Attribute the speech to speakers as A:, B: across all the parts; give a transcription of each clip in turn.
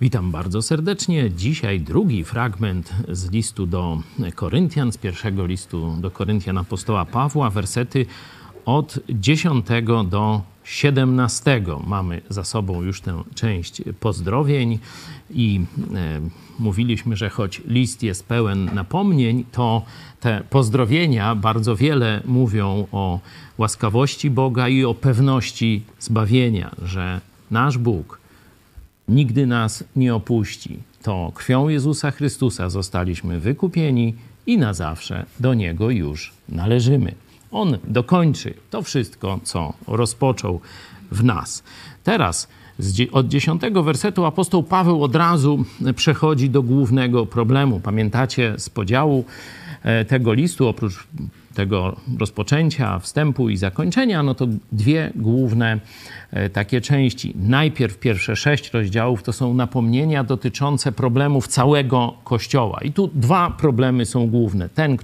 A: Witam bardzo serdecznie. Dzisiaj drugi fragment z listu do Koryntian, z pierwszego listu do Koryntian apostoła Pawła, wersety od 10 do 17. Mamy za sobą już tę część pozdrowień i mówiliśmy, że choć list jest pełen napomnień, to te pozdrowienia bardzo wiele mówią o łaskawości Boga i o pewności zbawienia, że nasz Bóg nigdy nas nie opuści. To krwią Jezusa Chrystusa zostaliśmy wykupieni i na zawsze do Niego już należymy. On dokończy to wszystko, co rozpoczął w nas. Teraz od 10 wersetu apostoł Paweł od razu przechodzi do głównego problemu. Pamiętacie z podziału tego listu, oprócz tego rozpoczęcia, wstępu i zakończenia, no to dwie główne takie części. Najpierw pierwsze 6 rozdziałów to są napomnienia dotyczące problemów całego Kościoła. I tu dwa problemy są główne. Ten,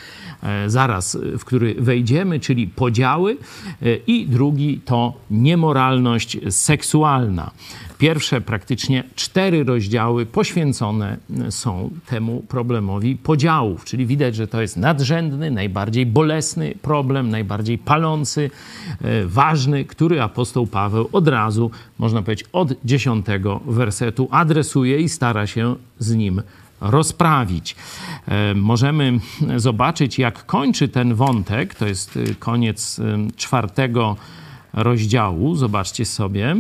A: w który wejdziemy, czyli podziały, i drugi to niemoralność seksualna. Pierwsze praktycznie 4 rozdziały poświęcone są temu problemowi podziałów, czyli widać, że to jest nadrzędny, najbardziej bolesny problem, najbardziej palący, ważny, który apostoł Paweł od razu, można powiedzieć, od 10 wersetu adresuje i stara się z nim rozprawić. Możemy zobaczyć, jak kończy ten wątek. To jest koniec 4 rozdziału. Zobaczcie sobie.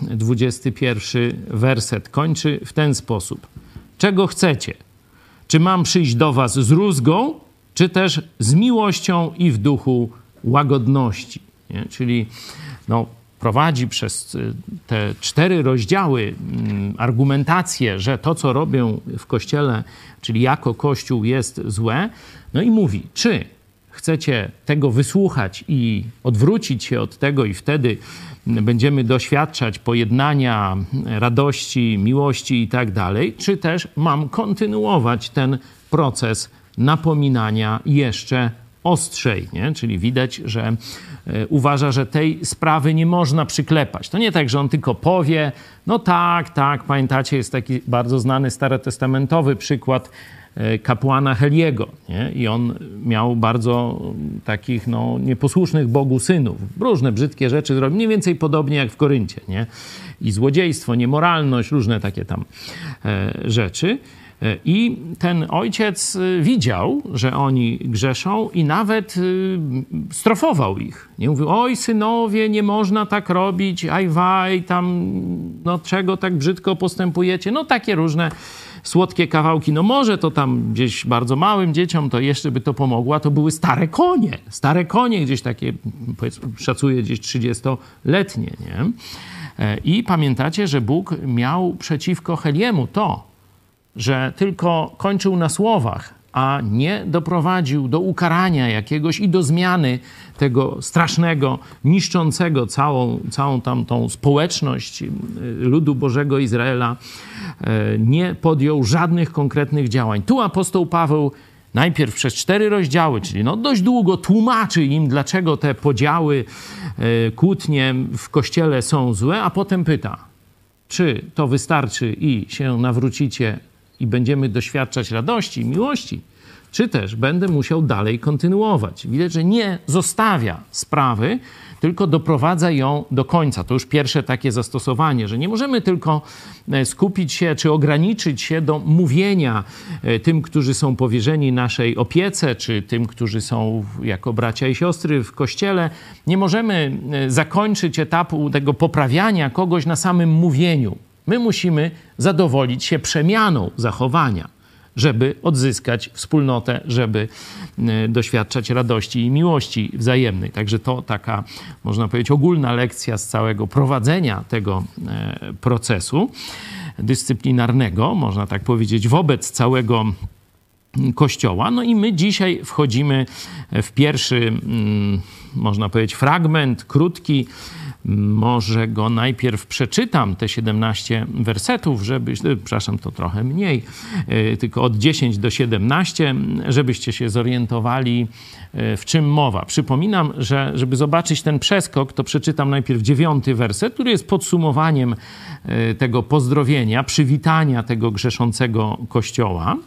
A: 21 werset kończy w ten sposób. Czego chcecie? Czy mam przyjść do was z rózgą, czy też z miłością i w duchu łagodności? Nie? Czyli prowadzi przez te 4 rozdziały argumentację, że to, co robią w Kościele, czyli jako Kościół, jest złe. No i mówi, czy chcecie tego wysłuchać i odwrócić się od tego i wtedy będziemy doświadczać pojednania, radości, miłości i tak dalej, czy też mam kontynuować ten proces napominania jeszcze ostrzej, nie? Czyli widać, że uważa, że tej sprawy nie można przyklepać. To nie tak, że on tylko powie, no tak, pamiętacie, jest taki bardzo znany starotestamentowy przykład kapłana Heliego, nie? I on miał bardzo takich nieposłusznych Bogu synów. Różne brzydkie rzeczy zrobił, mniej więcej podobnie jak w Koryncie, nie? I złodziejstwo, niemoralność, różne takie tam rzeczy. I ten ojciec widział, że oni grzeszą i nawet strofował ich. Nie mówił, oj synowie, nie można tak robić, ajwaj, tam, czego tak brzydko postępujecie? Takie różne słodkie kawałki. Może to tam gdzieś bardzo małym dzieciom to jeszcze by to pomogło, a to były stare konie. Stare konie gdzieś takie, powiedzmy, szacuję gdzieś 30-letnie, nie? I pamiętacie, że Bóg miał przeciwko Heliemu to, że tylko kończył na słowach, a nie doprowadził do ukarania jakiegoś i do zmiany tego strasznego, niszczącego całą tamtą społeczność ludu Bożego Izraela, nie podjął żadnych konkretnych działań. Tu apostoł Paweł najpierw przez 4 rozdziały, czyli dość długo tłumaczy im, dlaczego te podziały, kłótnie w Kościele są złe, a potem pyta, czy to wystarczy i się nawrócicie i będziemy doświadczać radości i miłości, czy też będę musiał dalej kontynuować. Widać, że nie zostawia sprawy, tylko doprowadza ją do końca. To już pierwsze takie zastosowanie, że nie możemy tylko skupić się czy ograniczyć się do mówienia tym, którzy są powierzeni naszej opiece, czy tym, którzy są jako bracia i siostry w Kościele. Nie możemy zakończyć etapu tego poprawiania kogoś na samym mówieniu. My musimy zadowolić się przemianą zachowania, żeby odzyskać wspólnotę, żeby doświadczać radości i miłości wzajemnej. Także to taka, można powiedzieć, ogólna lekcja z całego prowadzenia tego procesu dyscyplinarnego, można tak powiedzieć, wobec całego Kościoła. I my dzisiaj wchodzimy w pierwszy, można powiedzieć, fragment, krótki, Może go najpierw przeczytam, te 17 wersetów, przepraszam, to trochę mniej, tylko od 10 do 17, żebyście się zorientowali, w czym mowa. Przypominam, że żeby zobaczyć ten przeskok, to przeczytam najpierw 9 werset, który jest podsumowaniem tego pozdrowienia, przywitania tego grzeszącego Kościoła,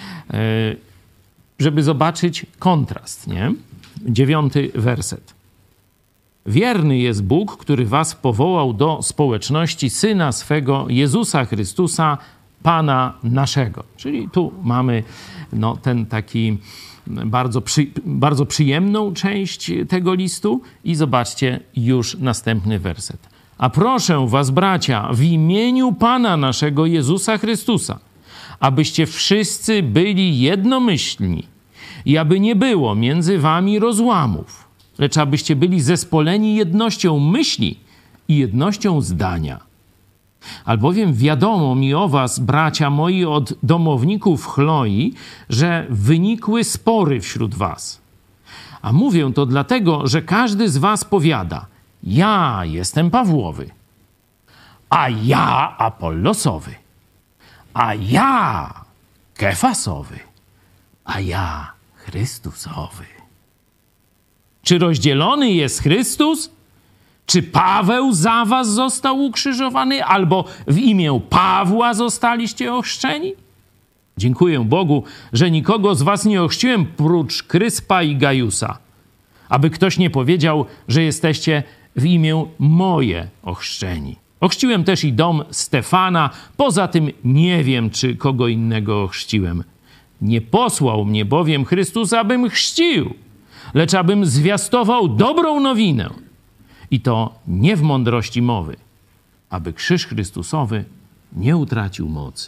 A: żeby zobaczyć kontrast, nie? 9 werset. Wierny jest Bóg, który was powołał do społeczności Syna swego, Jezusa Chrystusa, Pana naszego. Czyli tu mamy ten taki bardzo przyjemną część tego listu i zobaczcie już następny werset. A proszę was, bracia, w imieniu Pana naszego Jezusa Chrystusa, abyście wszyscy byli jednomyślni i aby nie było między wami rozłamów, lecz abyście byli zespoleni jednością myśli i jednością zdania. Albowiem wiadomo mi o was, bracia moi, od domowników Chloi, że wynikły spory wśród was. A mówię to dlatego, że każdy z was powiada, ja jestem Pawłowy, a ja Apollosowy, a ja Kefasowy, a ja Chrystusowy. Czy rozdzielony jest Chrystus? Czy Paweł za was został ukrzyżowany? Albo w imię Pawła zostaliście ochrzczeni? Dziękuję Bogu, że nikogo z was nie ochrzciłem prócz Kryspa i Gajusa, aby ktoś nie powiedział, że jesteście w imię moje ochrzczeni. Ochrzciłem też i dom Stefana, poza tym nie wiem, czy kogo innego ochrzciłem. Nie posłał mnie bowiem Chrystus, abym chrzcił, lecz abym zwiastował dobrą nowinę. I to nie w mądrości mowy, aby krzyż Chrystusowy nie utracił mocy.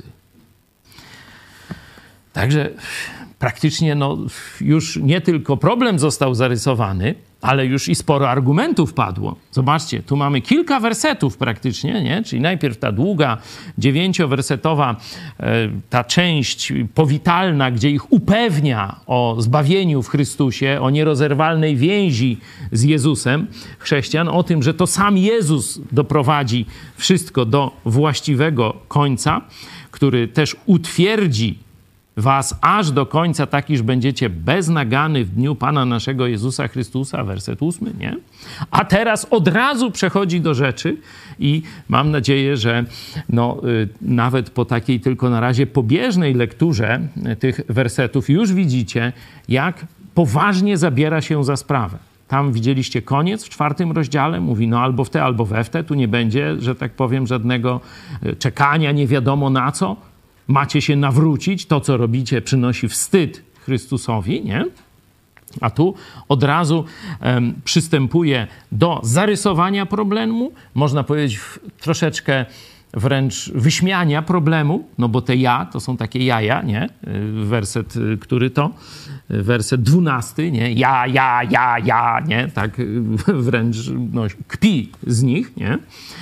A: Także praktycznie już nie tylko problem został zarysowany, ale już i sporo argumentów padło. Zobaczcie, tu mamy kilka wersetów praktycznie, nie? Czyli najpierw ta długa, 9-wersetowa ta część powitalna, gdzie ich upewnia o zbawieniu w Chrystusie, o nierozerwalnej więzi z Jezusem chrześcijan, o tym, że to sam Jezus doprowadzi wszystko do właściwego końca, który też utwierdzi was aż do końca, tak iż będziecie bez nagany w dniu Pana naszego Jezusa Chrystusa, werset 8, nie? A teraz od razu przechodzi do rzeczy i mam nadzieję, że nawet po takiej tylko na razie pobieżnej lekturze tych wersetów już widzicie, jak poważnie zabiera się za sprawę. Tam widzieliście koniec w 4 rozdziale, mówi albo w te, albo we w te, tu nie będzie, że tak powiem, żadnego czekania nie wiadomo na co. Macie się nawrócić, to co robicie przynosi wstyd Chrystusowi, nie? A tu od razu przystępuje do zarysowania problemu, można powiedzieć troszeczkę wręcz wyśmiania problemu, bo te ja to są takie jaja, nie? Werset, który to? Werset 12, nie? Ja, nie? Tak wręcz kpi z nich, nie?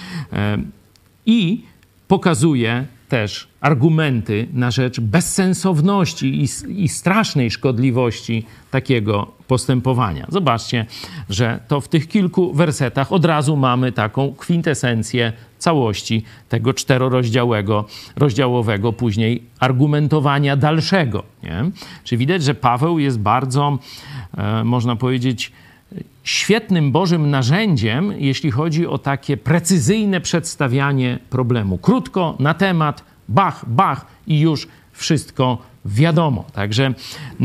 A: I pokazuje też argumenty na rzecz bezsensowności i strasznej szkodliwości takiego postępowania. Zobaczcie, że to w tych kilku wersetach od razu mamy taką kwintesencję całości tego 4-rozdziałowego później argumentowania dalszego. Nie? Czyli widać, że Paweł jest bardzo, można powiedzieć, świetnym Bożym narzędziem, jeśli chodzi o takie precyzyjne przedstawianie problemu. Krótko, na temat, bach i już wszystko wiadomo. Także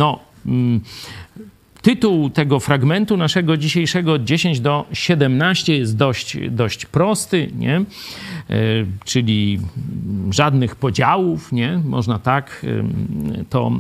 A: tytuł tego fragmentu naszego dzisiejszego od 10 do 17 jest dość prosty, nie? Czyli żadnych podziałów, nie? Można tak to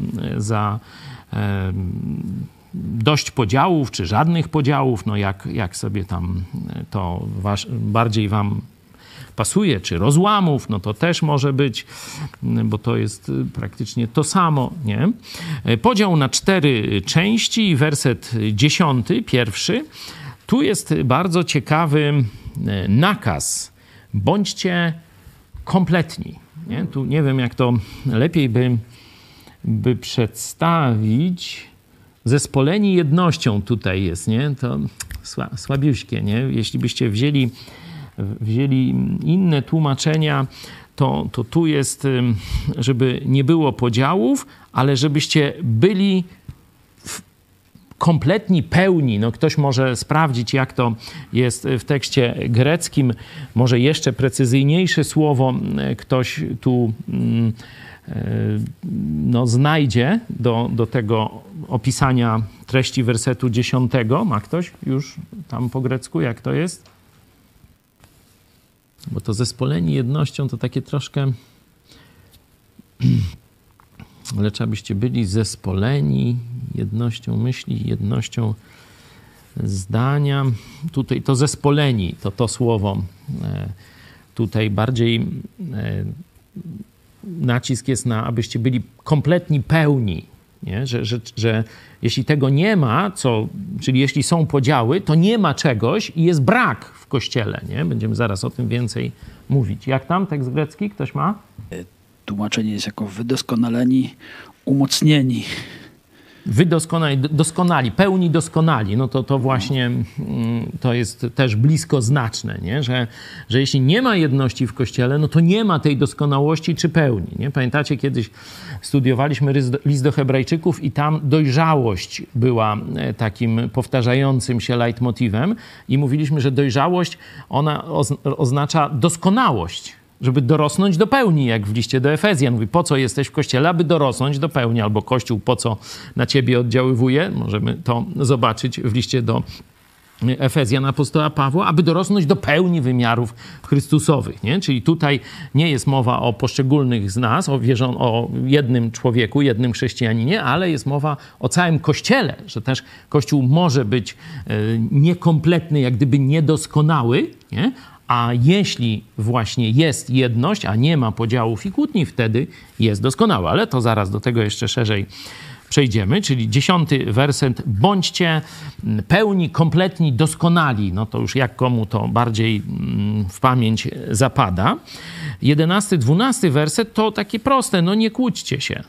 A: dość podziałów, czy żadnych podziałów, jak sobie tam to bardziej wam pasuje, czy rozłamów, to też może być, bo to jest praktycznie to samo, nie? Podział na 4 części, werset 10, pierwszy. Tu jest bardzo ciekawy nakaz. Bądźcie kompletni. Nie? Tu nie wiem, jak to lepiej by przedstawić. zespoleni jednością tutaj jest, nie? To słabiuśkie, nie? Jeśli byście wzięli inne tłumaczenia, to tu jest, żeby nie było podziałów, ale żebyście byli kompletni, pełni. No, ktoś może sprawdzić, jak to jest w tekście greckim. Może jeszcze precyzyjniejsze słowo ktoś tu znajdzie do tego opisania treści wersetu 10. Ma ktoś już tam po grecku, jak to jest? Bo to zespoleni jednością to takie troszkę... Ale trzeba byście byli zespoleni jednością myśli, jednością zdania. Tutaj to zespoleni, to słowo. Tutaj bardziej nacisk jest na, abyście byli kompletni, pełni. Nie? Że jeśli tego nie ma, czyli jeśli są podziały, to nie ma czegoś i jest brak w Kościele. Nie? Będziemy zaraz o tym więcej mówić. Jak tam tekst grecki? Ktoś ma?
B: Tłumaczenie jest jako wydoskonaleni, umocnieni.
A: Doskonali, pełni doskonali. No to właśnie to jest też bliskoznaczne, nie? Że jeśli nie ma jedności w Kościele, no to nie ma tej doskonałości czy pełni. Nie? Pamiętacie, kiedyś studiowaliśmy list do Hebrajczyków i tam dojrzałość była takim powtarzającym się leitmotivem i mówiliśmy, że dojrzałość ona oznacza doskonałość. Żeby dorosnąć do pełni, jak w liście do Efezjan. Mówi, po co jesteś w Kościele? Aby dorosnąć do pełni. Albo Kościół po co na ciebie oddziaływuje? Możemy to zobaczyć w liście do Efezjan apostoła Pawła, aby dorosnąć do pełni wymiarów chrystusowych. Nie? Czyli tutaj nie jest mowa o poszczególnych z nas, o jednym człowieku, jednym chrześcijaninie, ale jest mowa o całym Kościele, że też Kościół może być niekompletny, jak gdyby niedoskonały, nie? A jeśli właśnie jest jedność, a nie ma podziałów i kłótni, wtedy jest doskonały. Ale to zaraz do tego jeszcze szerzej przejdziemy. Czyli 10 werset. Bądźcie pełni, kompletni, doskonali. No to już jak komu to bardziej w pamięć zapada. 11, 12 werset to takie proste. No nie kłóćcie się.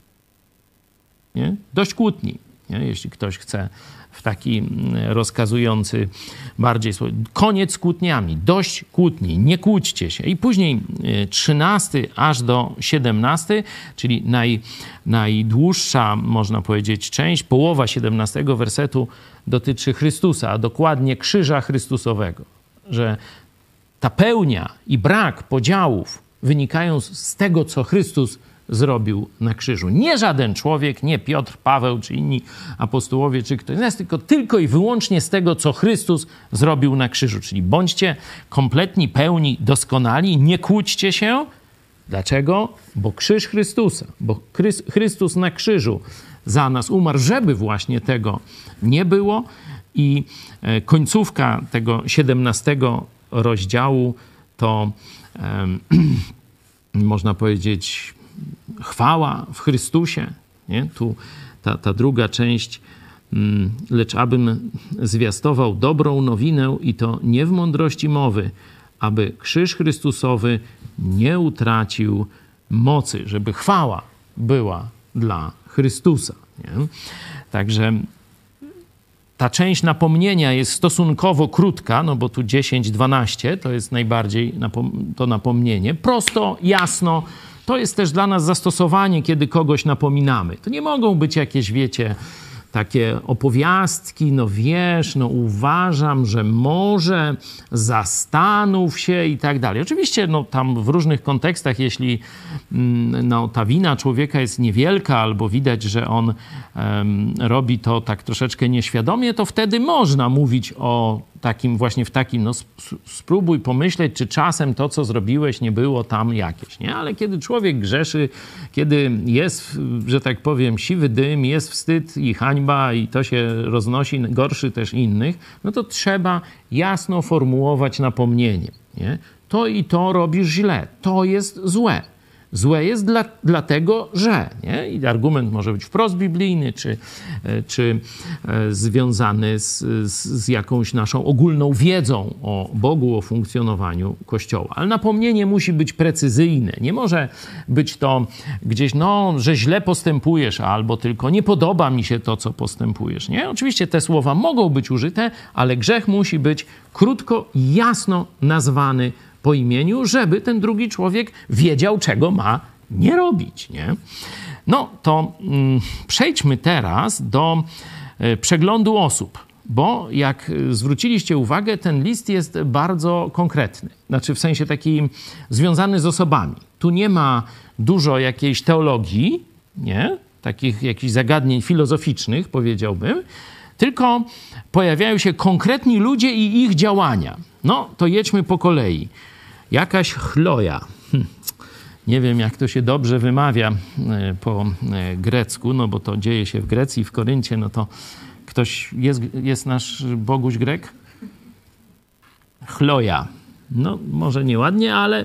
A: Nie? Dość kłótni. Nie? Jeśli ktoś chce w taki rozkazujący bardziej słowo. Koniec z kłótniami, dość kłótni, nie kłóćcie się. I później 13 aż do 17, czyli najdłuższa, można powiedzieć, część, połowa 17 wersetu dotyczy Chrystusa, a dokładnie krzyża Chrystusowego. Że ta pełnia i brak podziałów wynikają z tego, co Chrystus zrobił na krzyżu. Nie żaden człowiek, nie Piotr, Paweł, czy inni apostołowie, czy ktoś inny, tylko i wyłącznie z tego, co Chrystus zrobił na krzyżu. Czyli bądźcie kompletni, pełni, doskonali, nie kłóćcie się. Dlaczego? Bo krzyż Chrystusa, bo Chrystus na krzyżu za nas umarł, żeby właśnie tego nie było. I końcówka tego 17 rozdziału to można powiedzieć chwała w Chrystusie. Nie? Tu ta druga część, lecz abym zwiastował dobrą nowinę i to nie w mądrości mowy, aby krzyż Chrystusowy nie utracił mocy, żeby chwała była dla Chrystusa. Nie? Także ta część napomnienia jest stosunkowo krótka, no bo tu 10-12 to jest najbardziej to napomnienie. Prosto, jasno. To jest też dla nas zastosowanie, kiedy kogoś napominamy. To nie mogą być jakieś, wiecie, takie opowiastki, no wiesz, no uważam, że może, zastanów się i tak dalej. Oczywiście no, tam w różnych kontekstach, jeśli no, ta wina człowieka jest niewielka albo widać, że on robi to tak troszeczkę nieświadomie, to wtedy można mówić o takim właśnie w takim, no spróbuj pomyśleć, czy czasem to, co zrobiłeś, nie było tam jakieś, nie? Ale kiedy człowiek grzeszy, kiedy jest, że tak powiem, siwy dym, jest wstyd i hańba i to się roznosi, gorszy też innych, no to trzeba jasno formułować napomnienie, nie? To i to robisz źle, to jest złe. Złe jest dlatego, że. Nie? I argument może być wprost biblijny, czy związany z jakąś naszą ogólną wiedzą o Bogu, o funkcjonowaniu Kościoła. Ale napomnienie musi być precyzyjne. Nie może być to gdzieś, że źle postępujesz, albo tylko nie podoba mi się to, co postępujesz. Nie? Oczywiście te słowa mogą być użyte, ale grzech musi być krótko i jasno nazwany po imieniu, żeby ten drugi człowiek wiedział, czego ma nie robić. Nie? No to przejdźmy teraz do przeglądu osób, bo jak zwróciliście uwagę, ten list jest bardzo konkretny. Znaczy w sensie takim związany z osobami. Tu nie ma dużo jakiejś teologii, nie? Takich jakichś zagadnień filozoficznych, powiedziałbym, tylko pojawiają się konkretni ludzie i ich działania. No to jedźmy po kolei. Jakaś Chloja. Nie wiem, jak to się dobrze wymawia po grecku, no bo to dzieje się w Grecji, w Koryncie, no to ktoś jest nasz Boguś Grek? Chloja. No może nieładnie, ale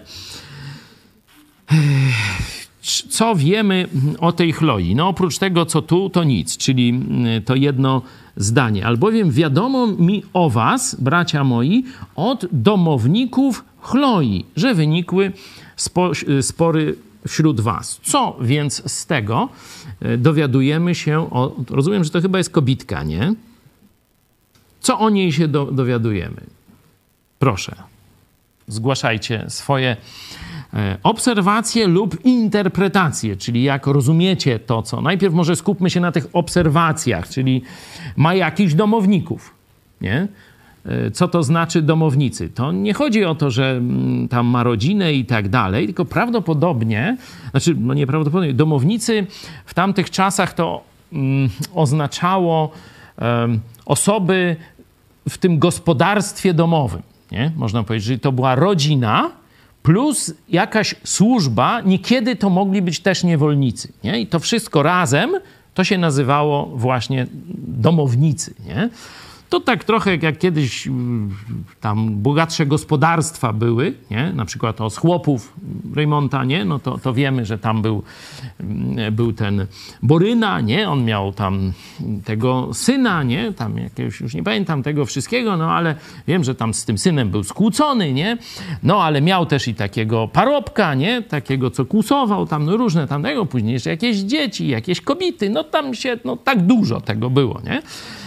A: co wiemy o tej Chloi? No oprócz tego, co tu, to nic, czyli to jedno zdanie. Albowiem wiadomo mi o was, bracia moi, od domowników Chloi, że wynikły spory wśród was. Co więc z tego dowiadujemy się rozumiem, że to chyba jest kobitka, nie? Co o niej się dowiadujemy? Proszę, zgłaszajcie swoje obserwacje lub interpretacje, czyli jak rozumiecie to, co... Najpierw może skupmy się na tych obserwacjach, czyli ma jakichś domowników, nie? Co to znaczy domownicy? To nie chodzi o to, że tam ma rodzinę i tak dalej, tylko prawdopodobnie, znaczy no nieprawdopodobnie, domownicy w tamtych czasach to oznaczało osoby w tym gospodarstwie domowym, nie? Można powiedzieć, że to była rodzina plus jakaś służba, niekiedy to mogli być też niewolnicy, nie? I to wszystko razem to się nazywało właśnie domownicy, nie? To tak trochę jak kiedyś tam bogatsze gospodarstwa były, nie? Na przykład z chłopów Rejmonta, nie? No to wiemy, że tam był ten Boryna, nie? On miał tam tego syna, nie? Tam jakiegoś, już nie pamiętam tego wszystkiego, no ale wiem, że tam z tym synem był skłócony, nie? No ale miał też i takiego parobka, nie? Takiego, co kłusował tam, no różne tam tego, później jeszcze jakieś dzieci, jakieś kobiety, no tam się, no tak dużo tego było, nie?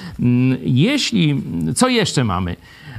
A: Co jeszcze mamy?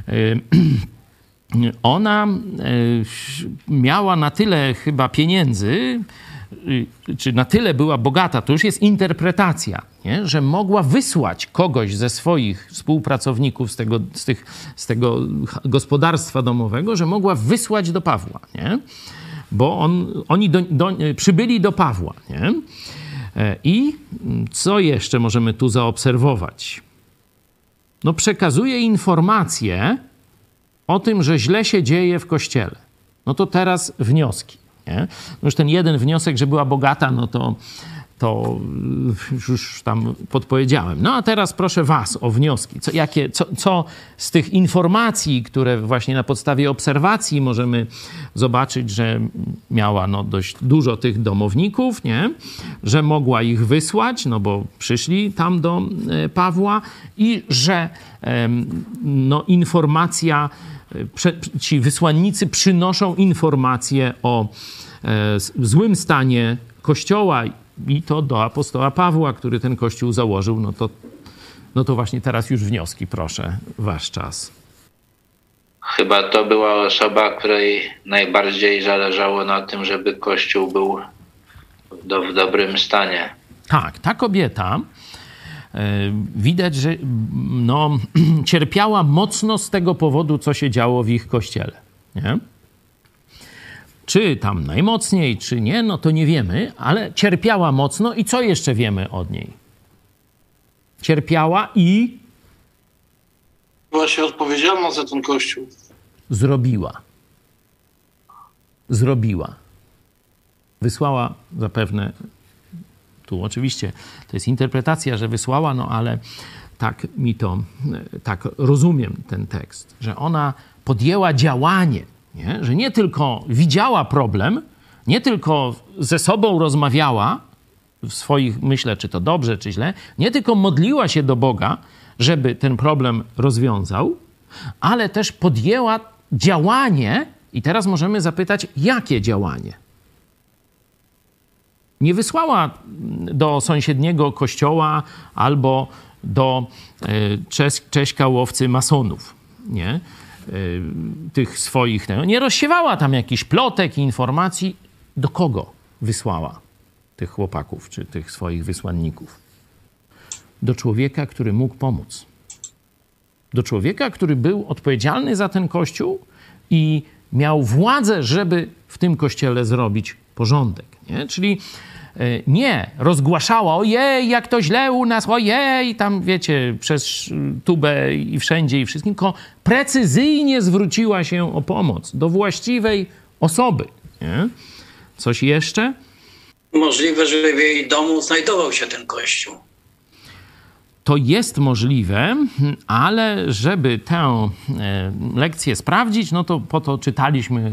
A: Ona miała na tyle chyba pieniędzy, czy na tyle była bogata, to już jest interpretacja, nie? Że mogła wysłać kogoś ze swoich współpracowników z tego gospodarstwa domowego, że mogła wysłać do Pawła, nie? Bo oni przybyli do Pawła, nie? I co jeszcze możemy tu zaobserwować? No przekazuje informacje o tym, że źle się dzieje w Kościele. No to teraz wnioski, nie? No już ten jeden wniosek, że była bogata, no to już tam podpowiedziałem. No a teraz proszę was o wnioski. Co z tych informacji, które właśnie na podstawie obserwacji możemy zobaczyć, że miała no dość dużo tych domowników, nie? Że mogła ich wysłać, no bo przyszli tam do Pawła i że no informacja, ci wysłannicy przynoszą informacje o złym stanie Kościoła i to do apostoła Pawła, który ten kościół założył, no to właśnie teraz już wnioski, proszę, wasz czas.
C: Chyba to była osoba, której najbardziej zależało na tym, żeby kościół był w dobrym stanie.
A: Tak, ta kobieta widać, że no, cierpiała mocno z tego powodu, co się działo w ich kościele, nie? Czy tam najmocniej, czy nie, no to nie wiemy, ale cierpiała mocno i co jeszcze wiemy od niej? Cierpiała i...
D: Była się odpowiedzialna za ten kościół. Zrobiła. Wysłała zapewne, tu oczywiście to jest interpretacja, że wysłała, no ale tak rozumiem ten tekst, że ona podjęła działanie, nie? Że nie tylko widziała problem,
A: nie tylko ze sobą rozmawiała w swoich, myślę, czy to dobrze, czy źle, nie tylko modliła się do Boga, żeby ten problem rozwiązał, ale też podjęła działanie. I teraz możemy zapytać, jakie działanie? Nie wysłała do sąsiedniego kościoła albo do Cześćka łowcy masonów, nie? Tych swoich. Nie rozsiewała tam jakichś plotek i informacji. Do kogo wysłała tych chłopaków czy tych swoich wysłanników? Do człowieka, który mógł pomóc. Do człowieka, który był odpowiedzialny za ten kościół i miał władzę, żeby w tym kościele zrobić porządek. Nie? Czyli nie rozgłaszała, ojej, jak to źle u nas, ojej, tam wiecie, przez tubę i wszędzie i wszystkim, tylko precyzyjnie zwróciła się o pomoc do właściwej osoby. Nie? Coś jeszcze?
D: Możliwe, że w jej domu znajdował się ten kościół.
A: To jest możliwe, ale żeby tę lekcję sprawdzić, no to po to czytaliśmy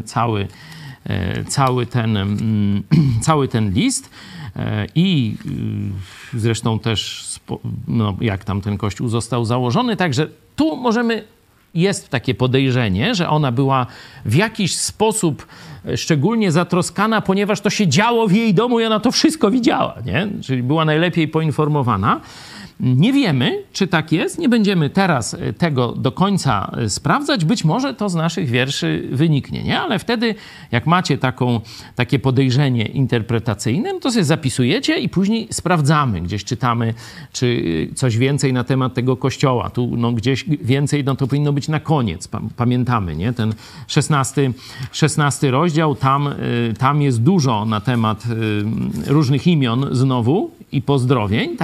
A: cały ten list i zresztą też jak tam ten kościół został założony. Także tu jest takie podejrzenie, że ona była w jakiś sposób szczególnie zatroskana, ponieważ to się działo w jej domu i ona to wszystko widziała, nie? Czyli była najlepiej poinformowana. Nie wiemy, czy tak jest. Nie będziemy teraz tego do końca sprawdzać. Być może to z naszych wierszy wyniknie, nie? Ale wtedy, jak macie takie podejrzenie interpretacyjne, no to sobie zapisujecie i później sprawdzamy. Gdzieś czytamy, czy coś więcej na temat tego kościoła. Tu gdzieś więcej, to powinno być na koniec. Pamiętamy, nie? Ten 16 rozdział, tam jest dużo na temat różnych imion znowu i pozdrowień,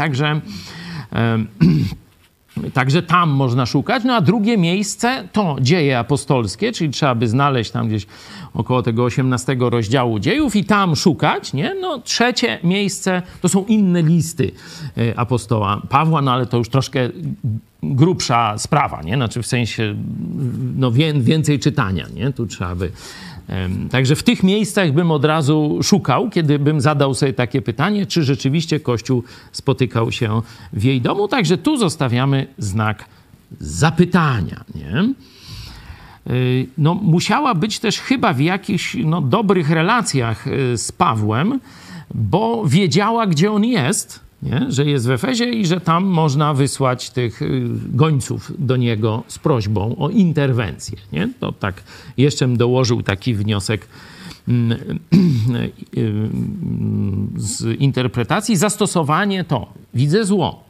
A: Także tam można szukać. No a drugie miejsce to Dzieje apostolskie, czyli trzeba by znaleźć tam gdzieś około tego 18 rozdziału Dziejów i tam szukać, nie? No trzecie miejsce to są inne listy apostoła Pawła, no ale to już troszkę grubsza sprawa, nie? Znaczy w sensie więcej czytania, nie? Tu trzeba by... Także w tych miejscach bym od razu szukał, kiedy bym zadał sobie takie pytanie, czy rzeczywiście Kościół spotykał się w jej domu. Także tu zostawiamy znak zapytania, nie? Musiała być też chyba w jakichś dobrych relacjach z Pawłem, bo wiedziała, gdzie on jest, nie? Że jest w Efezie i że tam można wysłać tych gońców do niego z prośbą o interwencję. Nie? To tak jeszcze bym dołożył taki wniosek z interpretacji. Zastosowanie to widzę zło.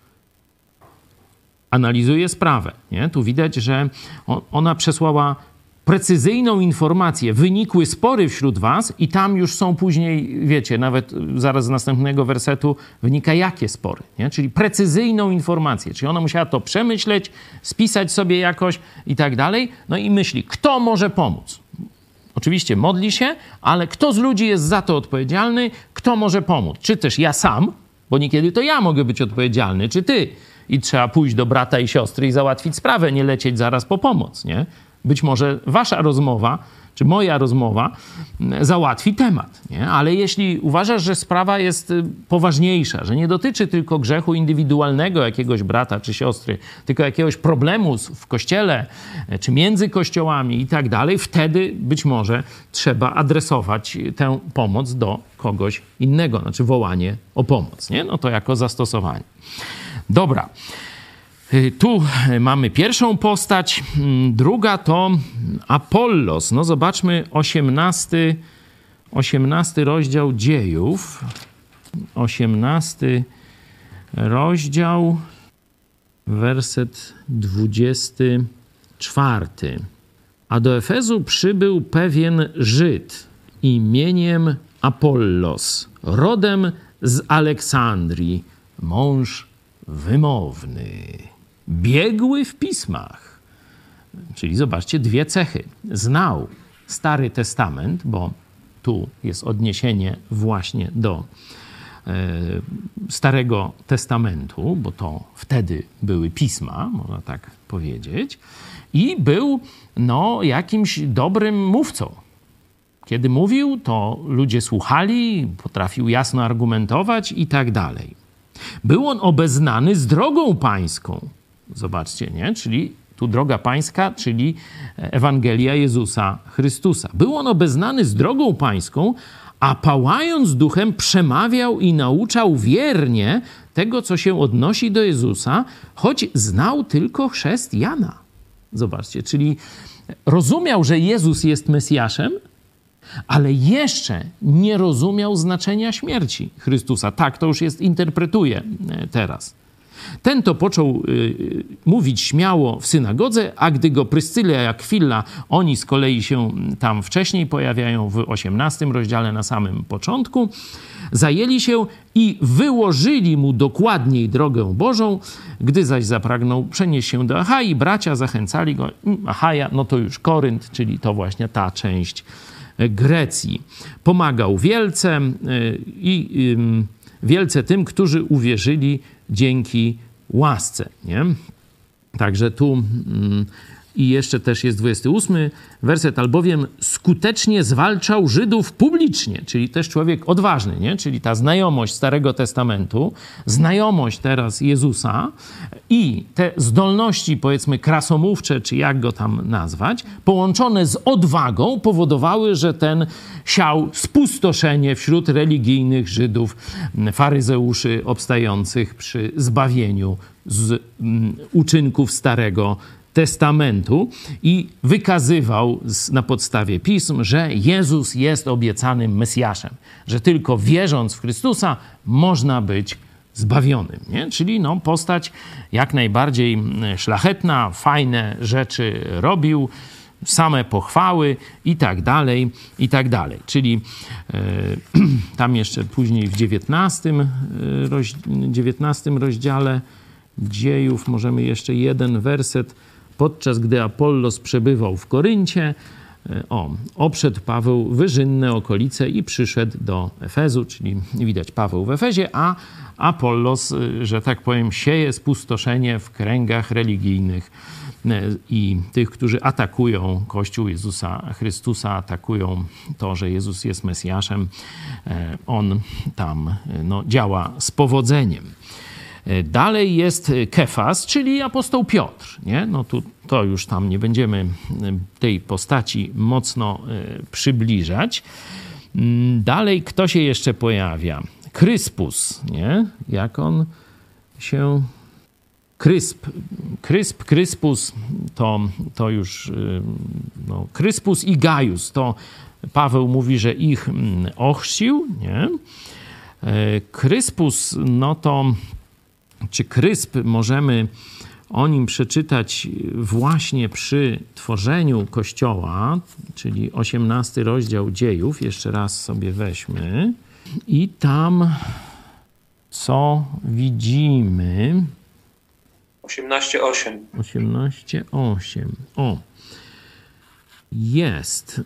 A: Analizuję sprawę. Nie? Tu widać, że ona przesłała precyzyjną informację. Wynikły spory wśród was i tam już są później, wiecie, nawet zaraz z następnego wersetu wynika jakie spory, nie? Czyli precyzyjną informację. Czyli ona musiała to przemyśleć, spisać sobie jakoś i tak dalej. No i myśli, kto może pomóc? Oczywiście modli się, ale kto z ludzi jest za to odpowiedzialny? Kto może pomóc? Czy też ja sam, bo niekiedy to ja mogę być odpowiedzialny, czy ty? I trzeba pójść do brata i siostry i załatwić sprawę, nie lecieć zaraz po pomoc, nie? Być może wasza rozmowa, czy moja rozmowa załatwi temat, nie? Ale jeśli uważasz, że sprawa jest poważniejsza, że nie dotyczy tylko grzechu indywidualnego jakiegoś brata czy siostry, tylko jakiegoś problemu w kościele, czy między kościołami i tak dalej, wtedy być może trzeba adresować tę pomoc do kogoś innego, znaczy wołanie o pomoc, nie? No to jako zastosowanie. Dobra. Tu mamy pierwszą postać, druga to Apollos. No zobaczmy 18 rozdział Dziejów. 18 rozdział, werset 24. A do Efezu przybył pewien Żyd imieniem Apollos, rodem z Aleksandrii, mąż wymowny, biegły w pismach. Czyli zobaczcie, dwie cechy. Znał Stary Testament, bo tu jest odniesienie właśnie do Starego Testamentu, bo to wtedy były pisma, można tak powiedzieć. I był jakimś dobrym mówcą. Kiedy mówił, to ludzie słuchali, potrafił jasno argumentować i tak dalej. Był on obeznany z drogą pańską. Zobaczcie, nie? Czyli tu droga pańska, czyli Ewangelia Jezusa Chrystusa. Był on obeznany z drogą pańską, a pałając duchem przemawiał i nauczał wiernie tego, co się odnosi do Jezusa, choć znał tylko chrzest Jana. Zobaczcie, czyli rozumiał, że Jezus jest Mesjaszem, ale jeszcze nie rozumiał znaczenia śmierci Chrystusa. Tak to już interpretuje teraz. Ten to począł mówić śmiało w synagodze, a gdy go Pryscyla i Akwila, oni z kolei się tam wcześniej pojawiają w 18 rozdziale na samym początku, zajęli się i wyłożyli mu dokładniej drogę Bożą. Gdy zaś zapragnął przenieść się do Achai, bracia zachęcali go. Achaja, no to już Korynt, czyli to właśnie ta część Grecji. Pomagał wielce i wielce tym, którzy uwierzyli dzięki łasce. Nie? Także tu i jeszcze też jest 28 werset, albowiem skutecznie zwalczał Żydów publicznie, czyli też człowiek odważny, nie? Czyli ta znajomość Starego Testamentu, znajomość teraz Jezusa i te zdolności, powiedzmy, krasomówcze, czy jak go tam nazwać, połączone z odwagą powodowały, że ten siał spustoszenie wśród religijnych Żydów, faryzeuszy obstających przy zbawieniu z uczynków Starego Testamentu i wykazywał na podstawie pism, że Jezus jest obiecanym Mesjaszem, że tylko wierząc w Chrystusa można być zbawionym. Nie? Czyli postać jak najbardziej szlachetna, fajne rzeczy robił, same pochwały i tak dalej, i tak dalej. Czyli tam jeszcze później w 19 rozdziale Dziejów możemy jeszcze jeden werset. Podczas gdy Apollos przebywał w Koryncie, obszedł Paweł wyżynne okolice i przyszedł do Efezu, czyli widać Paweł w Efezie, a Apollos, że tak powiem, sieje spustoszenie w kręgach religijnych i tych, którzy atakują Kościół Jezusa Chrystusa, atakują to, że Jezus jest Mesjaszem. On tam działa z powodzeniem. Dalej jest Kefas, czyli apostoł Piotr. Nie? To już tam nie będziemy tej postaci mocno przybliżać. Dalej kto się jeszcze pojawia? Kryspus, nie? Jak on się... Kryspus to już... Kryspus i Gajus, to Paweł mówi, że ich ochrzcił, nie? Kryspus, czy Krysp, możemy o nim przeczytać właśnie przy tworzeniu Kościoła, czyli 18 rozdział Dziejów. Jeszcze raz sobie weźmy. I tam co widzimy?
E: 18:8.
A: 18:8. Jest.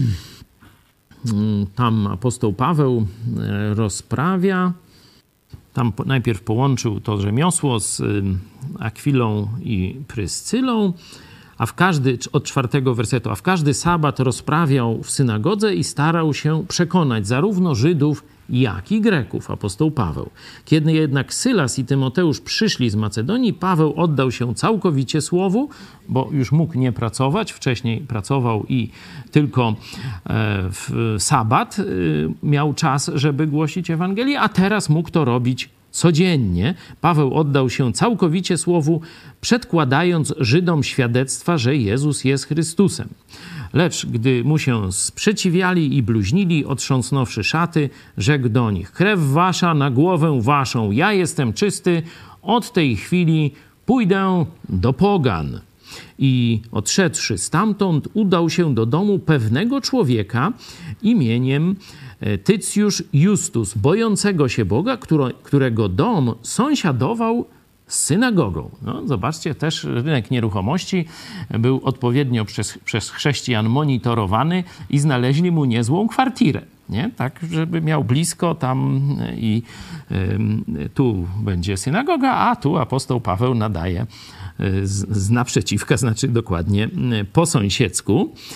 A: Tam apostoł Paweł rozprawia. Tam najpierw połączył to rzemiosło z Akwilą i Pryscylą, od 4 wersetu, a w każdy sabat rozprawiał w synagodze i starał się przekonać zarówno Żydów, jak i Greków, apostoł Paweł. Kiedy jednak Sylas i Tymoteusz przyszli z Macedonii, Paweł oddał się całkowicie słowu, bo już mógł nie pracować. Wcześniej pracował i tylko w sabat miał czas, żeby głosić Ewangelię, a teraz mógł to robić codziennie. Paweł oddał się całkowicie słowu, przedkładając Żydom świadectwa, że Jezus jest Chrystusem. Lecz gdy mu się sprzeciwiali i bluźnili, otrząsnąwszy szaty, rzekł do nich: krew wasza na głowę waszą, ja jestem czysty, od tej chwili pójdę do pogan. I odszedłszy stamtąd, udał się do domu pewnego człowieka imieniem Tycjusz Justus, bojącego się Boga, którego dom sąsiadował z synagogą. Zobaczcie, też rynek nieruchomości był odpowiednio przez chrześcijan monitorowany i znaleźli mu niezłą kwartirę. Nie? Tak, żeby miał blisko tam i tu będzie synagoga, a tu apostoł Paweł nadaje z naprzeciwka, znaczy dokładnie po sąsiedzku.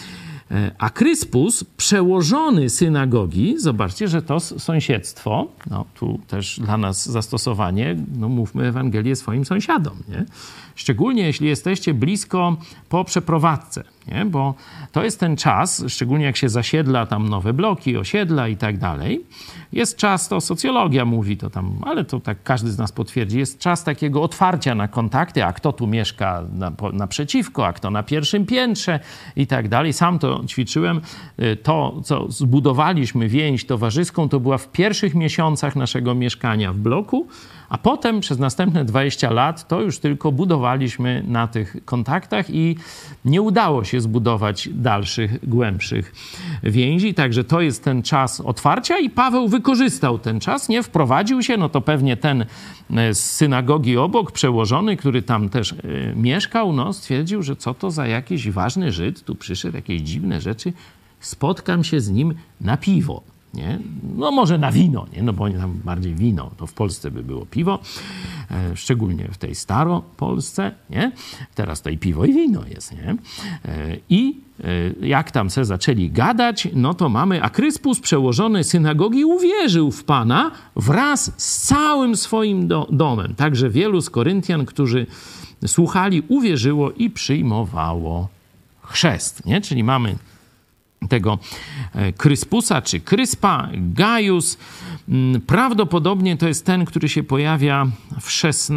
A: A Kryspus, przełożony synagogi, zobaczcie, że to sąsiedztwo, no tu też dla nas zastosowanie, no mówmy Ewangelię swoim sąsiadom, nie? Szczególnie jeśli jesteście blisko po przeprowadzce, nie? Bo to jest ten czas, szczególnie jak się zasiedla tam nowe bloki, osiedla i tak dalej, jest czas, to socjologia mówi to tam, ale to tak każdy z nas potwierdzi, jest czas takiego otwarcia na kontakty, a kto tu mieszka naprzeciwko, a kto na pierwszym piętrze i tak dalej. Sam to ćwiczyłem. To, co zbudowaliśmy więź towarzyską, to była w pierwszych miesiącach naszego mieszkania w bloku, a potem przez następne 20 lat to już tylko budowaliśmy na tych kontaktach i nie udało się zbudować dalszych, głębszych więzi. Także to jest ten czas otwarcia i Paweł wykorzystał ten czas, nie wprowadził się, no to pewnie ten z synagogi obok, przełożony, który tam też mieszkał, no stwierdził, że co to za jakiś ważny Żyd, tu przyszedł, jakieś dziwne rzeczy, spotkam się z nim na piwo. Nie? No może na wino, nie? No bo tam bardziej wino, to w Polsce by było piwo, szczególnie w tej Staropolsce, nie? Teraz to i piwo i wino jest, nie? I jak tam se zaczęli gadać, no to mamy, a Kryspus, przełożony synagogi, uwierzył w Pana wraz z całym swoim domem. Także wielu z Koryntian, którzy słuchali, uwierzyło i przyjmowało chrzest, nie? Czyli mamy tego Kryspusa czy Kryspa, Gajus. Prawdopodobnie to jest ten, który się pojawia w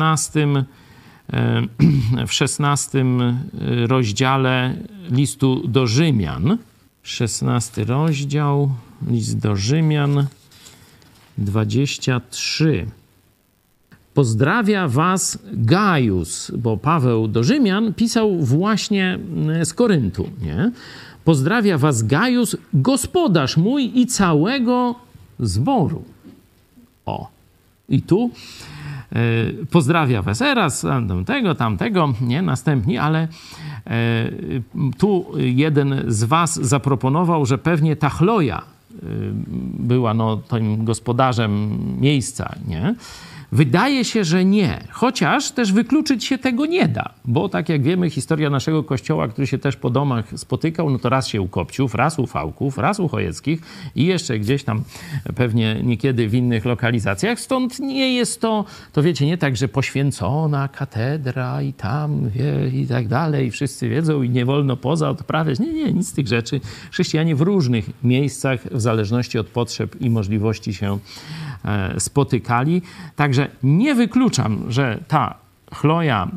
A: 16 rozdziale listu do Rzymian. 16 rozdział, list do Rzymian, 23. Pozdrawia was Gajus, bo Paweł do Rzymian pisał właśnie z Koryntu, nie? Pozdrawia was Gajus, gospodarz mój i całego zboru. O, i tu pozdrawia was Eras, tamtego, nie, następni, ale tu jeden z was zaproponował, że pewnie ta Chloja była no, tym gospodarzem miejsca, nie? Wydaje się, że nie, chociaż też wykluczyć się tego nie da, bo tak jak wiemy, historia naszego kościoła, który się też po domach spotykał, no to raz się u Kopciów, raz u Fałków, raz u Chojeckich i jeszcze gdzieś tam pewnie niekiedy w innych lokalizacjach, stąd nie jest to wiecie, nie tak, że poświęcona katedra i tam i tak dalej, wszyscy wiedzą i nie wolno poza odprawiać, nie, nic z tych rzeczy. Chrześcijanie w różnych miejscach, w zależności od potrzeb i możliwości się spotykali. Także nie wykluczam, że ta Chloja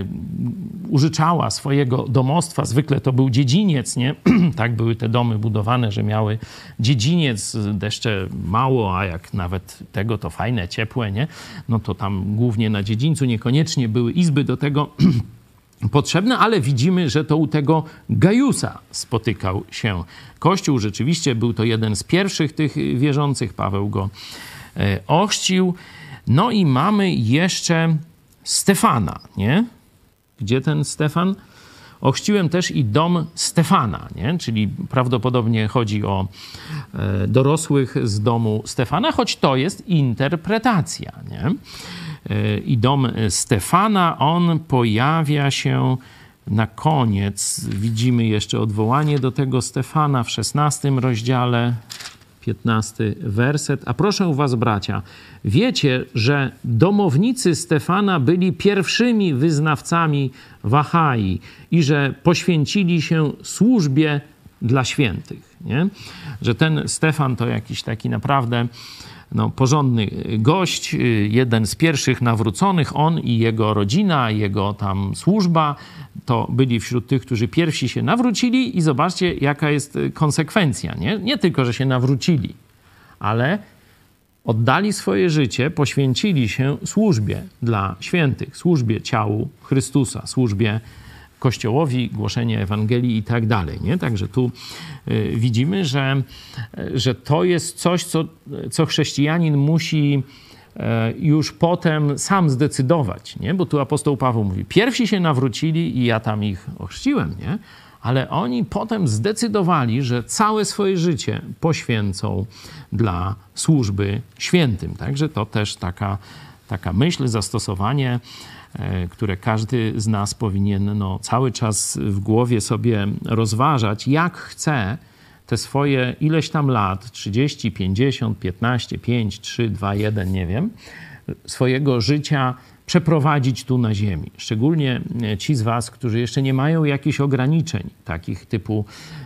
A: użyczała swojego domostwa. Zwykle to był dziedziniec, nie? Tak były te domy budowane, że miały dziedziniec, deszcze mało, a jak nawet tego to fajne, ciepłe, nie? No to tam głównie na dziedzińcu niekoniecznie były izby do tego potrzebne, ale widzimy, że to u tego Gajusa spotykał się Kościół. Rzeczywiście był to jeden z pierwszych tych wierzących. Paweł go ochrzcił. No i mamy jeszcze Stefana, nie? Gdzie ten Stefan? Ochrzciłem też i dom Stefana, nie? Czyli prawdopodobnie chodzi o dorosłych z domu Stefana, choć to jest interpretacja, nie? I dom Stefana, on pojawia się na koniec. Widzimy jeszcze odwołanie do tego Stefana w 16 rozdziale, 15 werset. A proszę was, bracia, wiecie, że domownicy Stefana byli pierwszymi wyznawcami Wahai i że poświęcili się służbie dla świętych, nie? Że ten Stefan to jakiś taki naprawdę porządny gość, jeden z pierwszych nawróconych, on i jego rodzina, jego tam służba, to byli wśród tych, którzy pierwsi się nawrócili i zobaczcie, jaka jest konsekwencja, nie? Nie tylko, że się nawrócili, ale oddali swoje życie, poświęcili się służbie dla świętych, służbie ciału Chrystusa, służbie Kościołowi, głoszenie Ewangelii i tak dalej, nie? Także tu widzimy, że to jest coś, co chrześcijanin musi już potem sam zdecydować, nie? Bo tu apostoł Paweł mówi, pierwsi się nawrócili i ja tam ich ochrzciłem, nie? Ale oni potem zdecydowali, że całe swoje życie poświęcą dla służby świętym. Także to też taka myśl, zastosowanie, które każdy z nas powinien cały czas w głowie sobie rozważać, jak chce te swoje ileś tam lat, 30, 50, 15, 5, 3, 2, 1, nie wiem, swojego życia przeprowadzić tu na ziemi. Szczególnie ci z was, którzy jeszcze nie mają jakichś ograniczeń, takich typu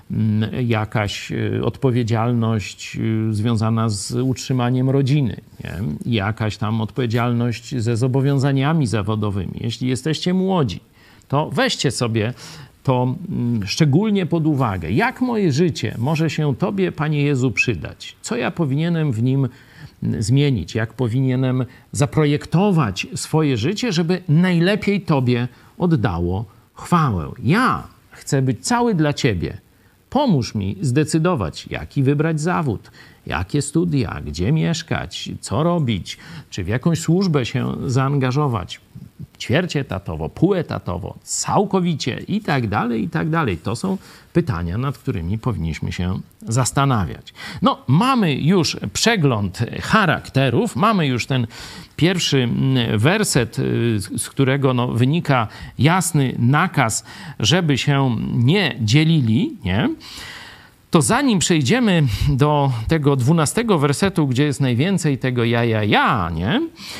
A: jakaś odpowiedzialność związana z utrzymaniem rodziny, nie? Jakaś tam odpowiedzialność ze zobowiązaniami zawodowymi. Jeśli jesteście młodzi, to weźcie sobie to szczególnie pod uwagę. Jak moje życie może się Tobie, Panie Jezu, przydać? Co ja powinienem w nim zmienić? Jak powinienem zaprojektować swoje życie, żeby najlepiej Tobie oddało chwałę? Ja chcę być cały dla Ciebie. Pomóż mi zdecydować, jaki wybrać zawód, jakie studia, gdzie mieszkać, co robić, czy w jakąś służbę się zaangażować. Ćwierćetatowo, półetatowo, całkowicie i tak dalej, i tak dalej. To są pytania, nad którymi powinniśmy się zastanawiać. No, mamy już przegląd charakterów, mamy już ten pierwszy werset, z którego wynika jasny nakaz, żeby się nie dzielili, nie? To zanim przejdziemy do tego 12 wersetu, gdzie jest najwięcej tego ja, nie?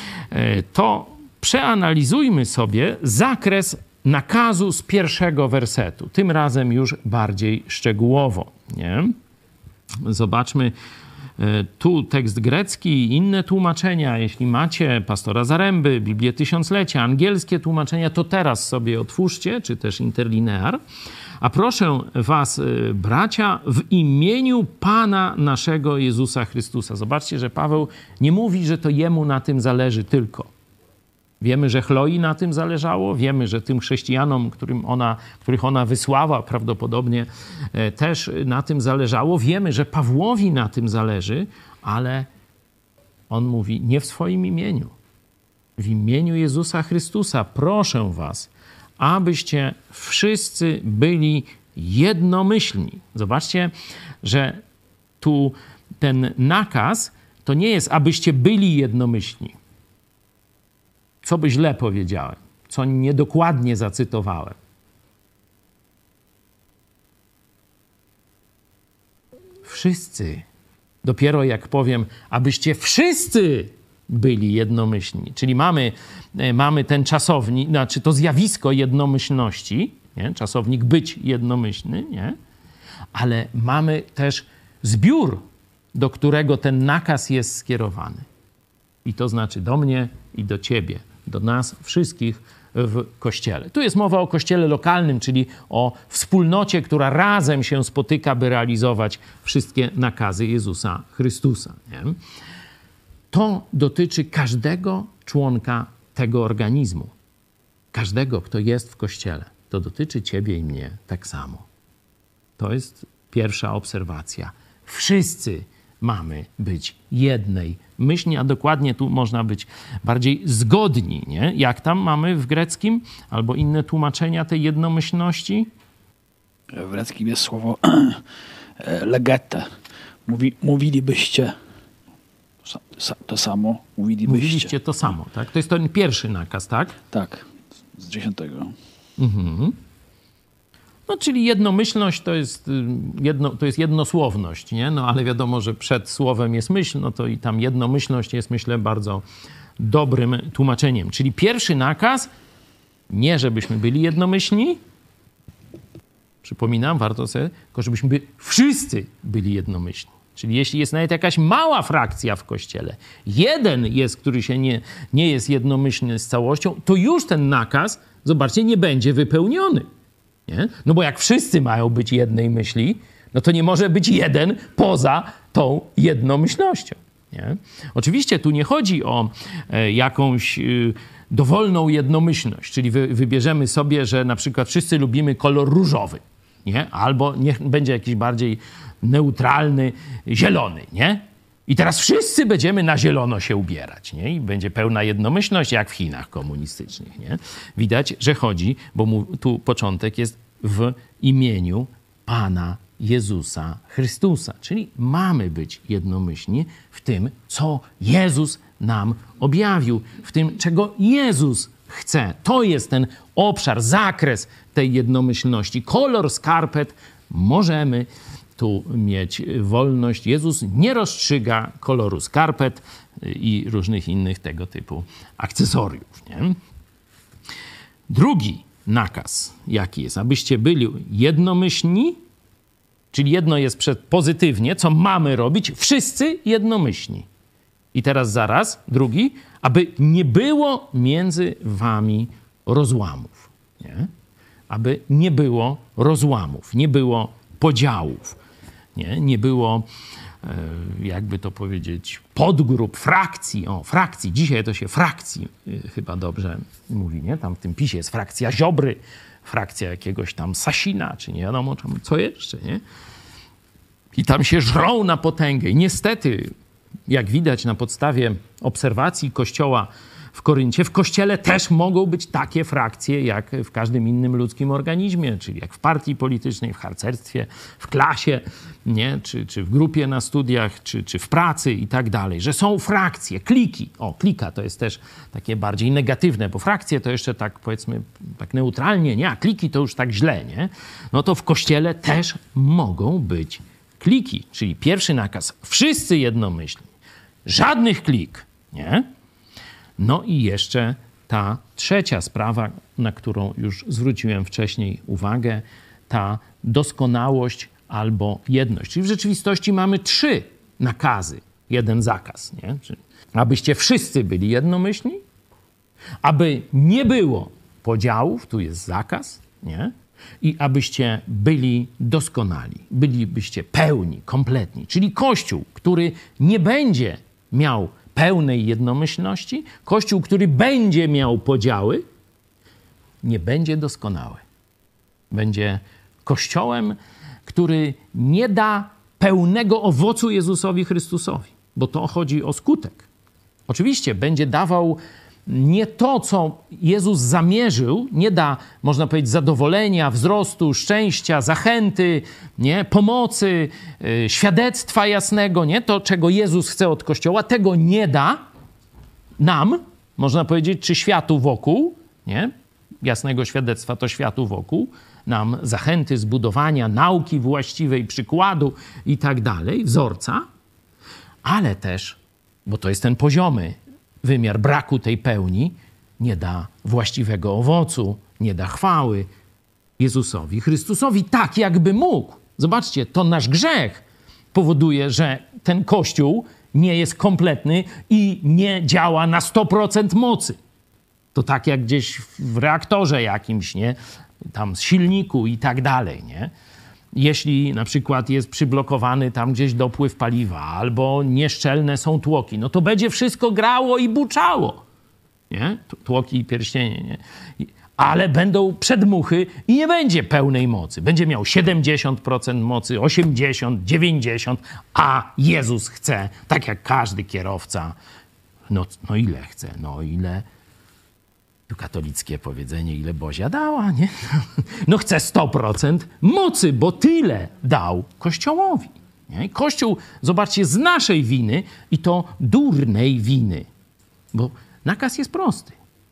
A: To przeanalizujmy sobie zakres nakazu z pierwszego wersetu. Tym razem już bardziej szczegółowo, nie? Zobaczmy tu tekst grecki i inne tłumaczenia. Jeśli macie Pastora Zaręby, Biblię Tysiąclecia, angielskie tłumaczenia, to teraz sobie otwórzcie, czy też interlinear. A proszę was, bracia, w imieniu Pana naszego Jezusa Chrystusa. Zobaczcie, że Paweł nie mówi, że to jemu na tym zależy tylko. Wiemy, że Chloi na tym zależało, wiemy, że tym chrześcijanom, których ona wysłała, prawdopodobnie też na tym zależało. Wiemy, że Pawłowi na tym zależy, ale on mówi nie w swoim imieniu. W imieniu Jezusa Chrystusa proszę was, abyście wszyscy byli jednomyślni. Zobaczcie, że tu ten nakaz to nie jest, abyście byli jednomyślni. Co by źle powiedziałem, co niedokładnie zacytowałem. Wszyscy. Dopiero jak powiem, abyście wszyscy byli jednomyślni. Czyli mamy ten czasownik, znaczy to zjawisko jednomyślności, nie? Czasownik być jednomyślny, nie? Ale mamy też zbiór, do którego ten nakaz jest skierowany. I to znaczy do mnie i do ciebie, do nas wszystkich w Kościele. Tu jest mowa o Kościele lokalnym, czyli o wspólnocie, która razem się spotyka, by realizować wszystkie nakazy Jezusa Chrystusa. Nie? To dotyczy każdego członka tego organizmu. Każdego, kto jest w Kościele. To dotyczy ciebie i mnie tak samo. To jest pierwsza obserwacja. Wszyscy mamy być jednej myśli, a dokładnie tu można być bardziej zgodni, nie? Jak tam mamy w greckim albo inne tłumaczenia tej jednomyślności?
B: W greckim jest słowo legete. Mówilibyście to samo.
A: Mówiliście to samo, tak? To jest ten pierwszy nakaz, tak?
B: Tak, z 10.
A: Mhm. No, czyli jednomyślność to jest jednosłowność, nie? No, ale wiadomo, że przed słowem jest myśl, no to i tam jednomyślność jest, myślę, bardzo dobrym tłumaczeniem. Czyli pierwszy nakaz, nie żebyśmy byli jednomyślni, przypominam, warto sobie, tylko żebyśmy wszyscy byli jednomyślni. Czyli jeśli jest nawet jakaś mała frakcja w Kościele, jeden jest, który się nie jest jednomyślny z całością, to już ten nakaz, zobaczcie, nie będzie wypełniony. Nie? No bo jak wszyscy mają być jednej myśli, no to nie może być jeden poza tą jednomyślnością. Nie? Oczywiście tu nie chodzi o jakąś dowolną jednomyślność, czyli wybierzemy sobie, że na przykład wszyscy lubimy kolor różowy, nie? Albo niech będzie jakiś bardziej neutralny, zielony, nie? I teraz wszyscy będziemy na zielono się ubierać, nie? I będzie pełna jednomyślność, jak w Chinach komunistycznych, nie? Widać, że chodzi, bo tu początek jest w imieniu Pana Jezusa Chrystusa. Czyli mamy być jednomyślni w tym, co Jezus nam objawił, w tym, czego Jezus chce. To jest ten obszar, zakres tej jednomyślności. Kolor skarpet możemy tu mieć wolność. Jezus nie rozstrzyga koloru skarpet i różnych innych tego typu akcesoriów. Nie? Drugi nakaz, jaki jest? Abyście byli jednomyślni, czyli jedno jest pozytywnie, co mamy robić, wszyscy jednomyślni. I teraz zaraz, drugi, aby nie było między wami rozłamów. Nie? Aby nie było rozłamów, nie było podziałów, nie było, jakby to powiedzieć, podgrup, frakcji. O, frakcji, dzisiaj to się frakcji chyba dobrze mówi, nie? Tam w tym PiSie jest frakcja Ziobry, frakcja jakiegoś tam Sasina, czy nie wiadomo co jeszcze, nie? I tam się żrą na potęgę. I niestety, jak widać na podstawie obserwacji Kościoła w Koryncie, w Kościele też mogą być takie frakcje, jak w każdym innym ludzkim organizmie, czyli jak w partii politycznej, w harcerstwie, w klasie, nie? Czy w grupie na studiach, czy w pracy i tak dalej, że są frakcje, kliki. O, klika to jest też takie bardziej negatywne, bo frakcje to jeszcze tak, powiedzmy, tak neutralnie, nie? A kliki to już tak źle, nie? No to w Kościele też mogą być kliki, czyli pierwszy nakaz, wszyscy jednomyślni, żadnych klik, nie? No i jeszcze ta trzecia sprawa, na którą już zwróciłem wcześniej uwagę, ta doskonałość albo jedność. Czyli w rzeczywistości mamy 3 nakazy, 1 zakaz, nie? Czyli abyście wszyscy byli jednomyślni, aby nie było podziałów, tu jest zakaz, nie? I abyście byli doskonali, bylibyście pełni, kompletni. Czyli Kościół, który nie będzie miał pełnej jednomyślności, Kościół, który będzie miał podziały, nie będzie doskonały. Będzie Kościołem, który nie da pełnego owocu Jezusowi Chrystusowi, bo to chodzi o skutek. Oczywiście będzie dawał nie to, co Jezus zamierzył, nie da, można powiedzieć, zadowolenia, wzrostu, szczęścia, zachęty, nie? Pomocy, świadectwa jasnego, nie? To, czego Jezus chce od Kościoła, tego nie da nam, można powiedzieć, czy światu wokół, nie? Jasnego świadectwa to światu wokół, nam zachęty, zbudowania, nauki właściwej, przykładu i tak dalej, wzorca, ale też, bo to jest ten poziomy wymiar braku tej pełni, nie da właściwego owocu, nie da chwały Jezusowi Chrystusowi tak, jakby mógł. Zobaczcie, to nasz grzech powoduje, że ten Kościół nie jest kompletny i nie działa na 100% mocy. To tak jak gdzieś w reaktorze jakimś, nie? Tam z silniku i tak dalej, nie? Jeśli na przykład jest przyblokowany tam gdzieś dopływ paliwa albo nieszczelne są tłoki, no to będzie wszystko grało i buczało, nie? Tłoki i pierścienie, nie? Ale będą przedmuchy i nie będzie pełnej mocy. Będzie miał 70% mocy, 80%, 90%, a Jezus chce, tak jak każdy kierowca, no ile chce, no ile... Tu katolickie powiedzenie, ile Bozia dała, nie? No chce 100% mocy, bo tyle dał Kościołowi. Nie? Kościół, zobaczcie, z naszej winy i to durnej winy. Bo nakaz jest prosty.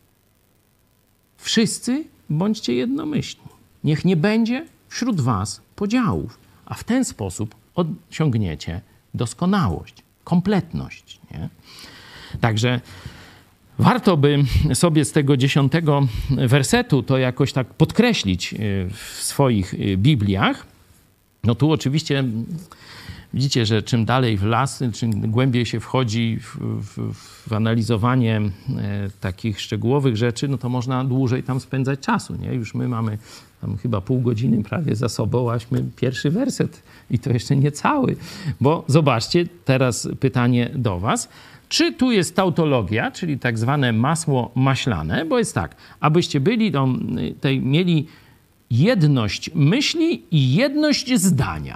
A: Wszyscy bądźcie jednomyślni. Niech nie będzie wśród was podziałów, a w ten sposób osiągniecie doskonałość, kompletność. Nie? Także warto by sobie z tego 10 wersetu to jakoś tak podkreślić w swoich Bibliach. No tu oczywiście widzicie, że czym dalej w las, czym głębiej się wchodzi w analizowanie takich szczegółowych rzeczy, no to można dłużej tam spędzać czasu, nie? Już my mamy tam chyba pół godziny prawie za sobą, aśmy pierwszy werset i to jeszcze nie cały. Bo zobaczcie, teraz pytanie do was. Czy tu jest tautologia, czyli tak zwane masło maślane? Bo jest tak, abyście byli mieli jedność myśli i jedność zdania.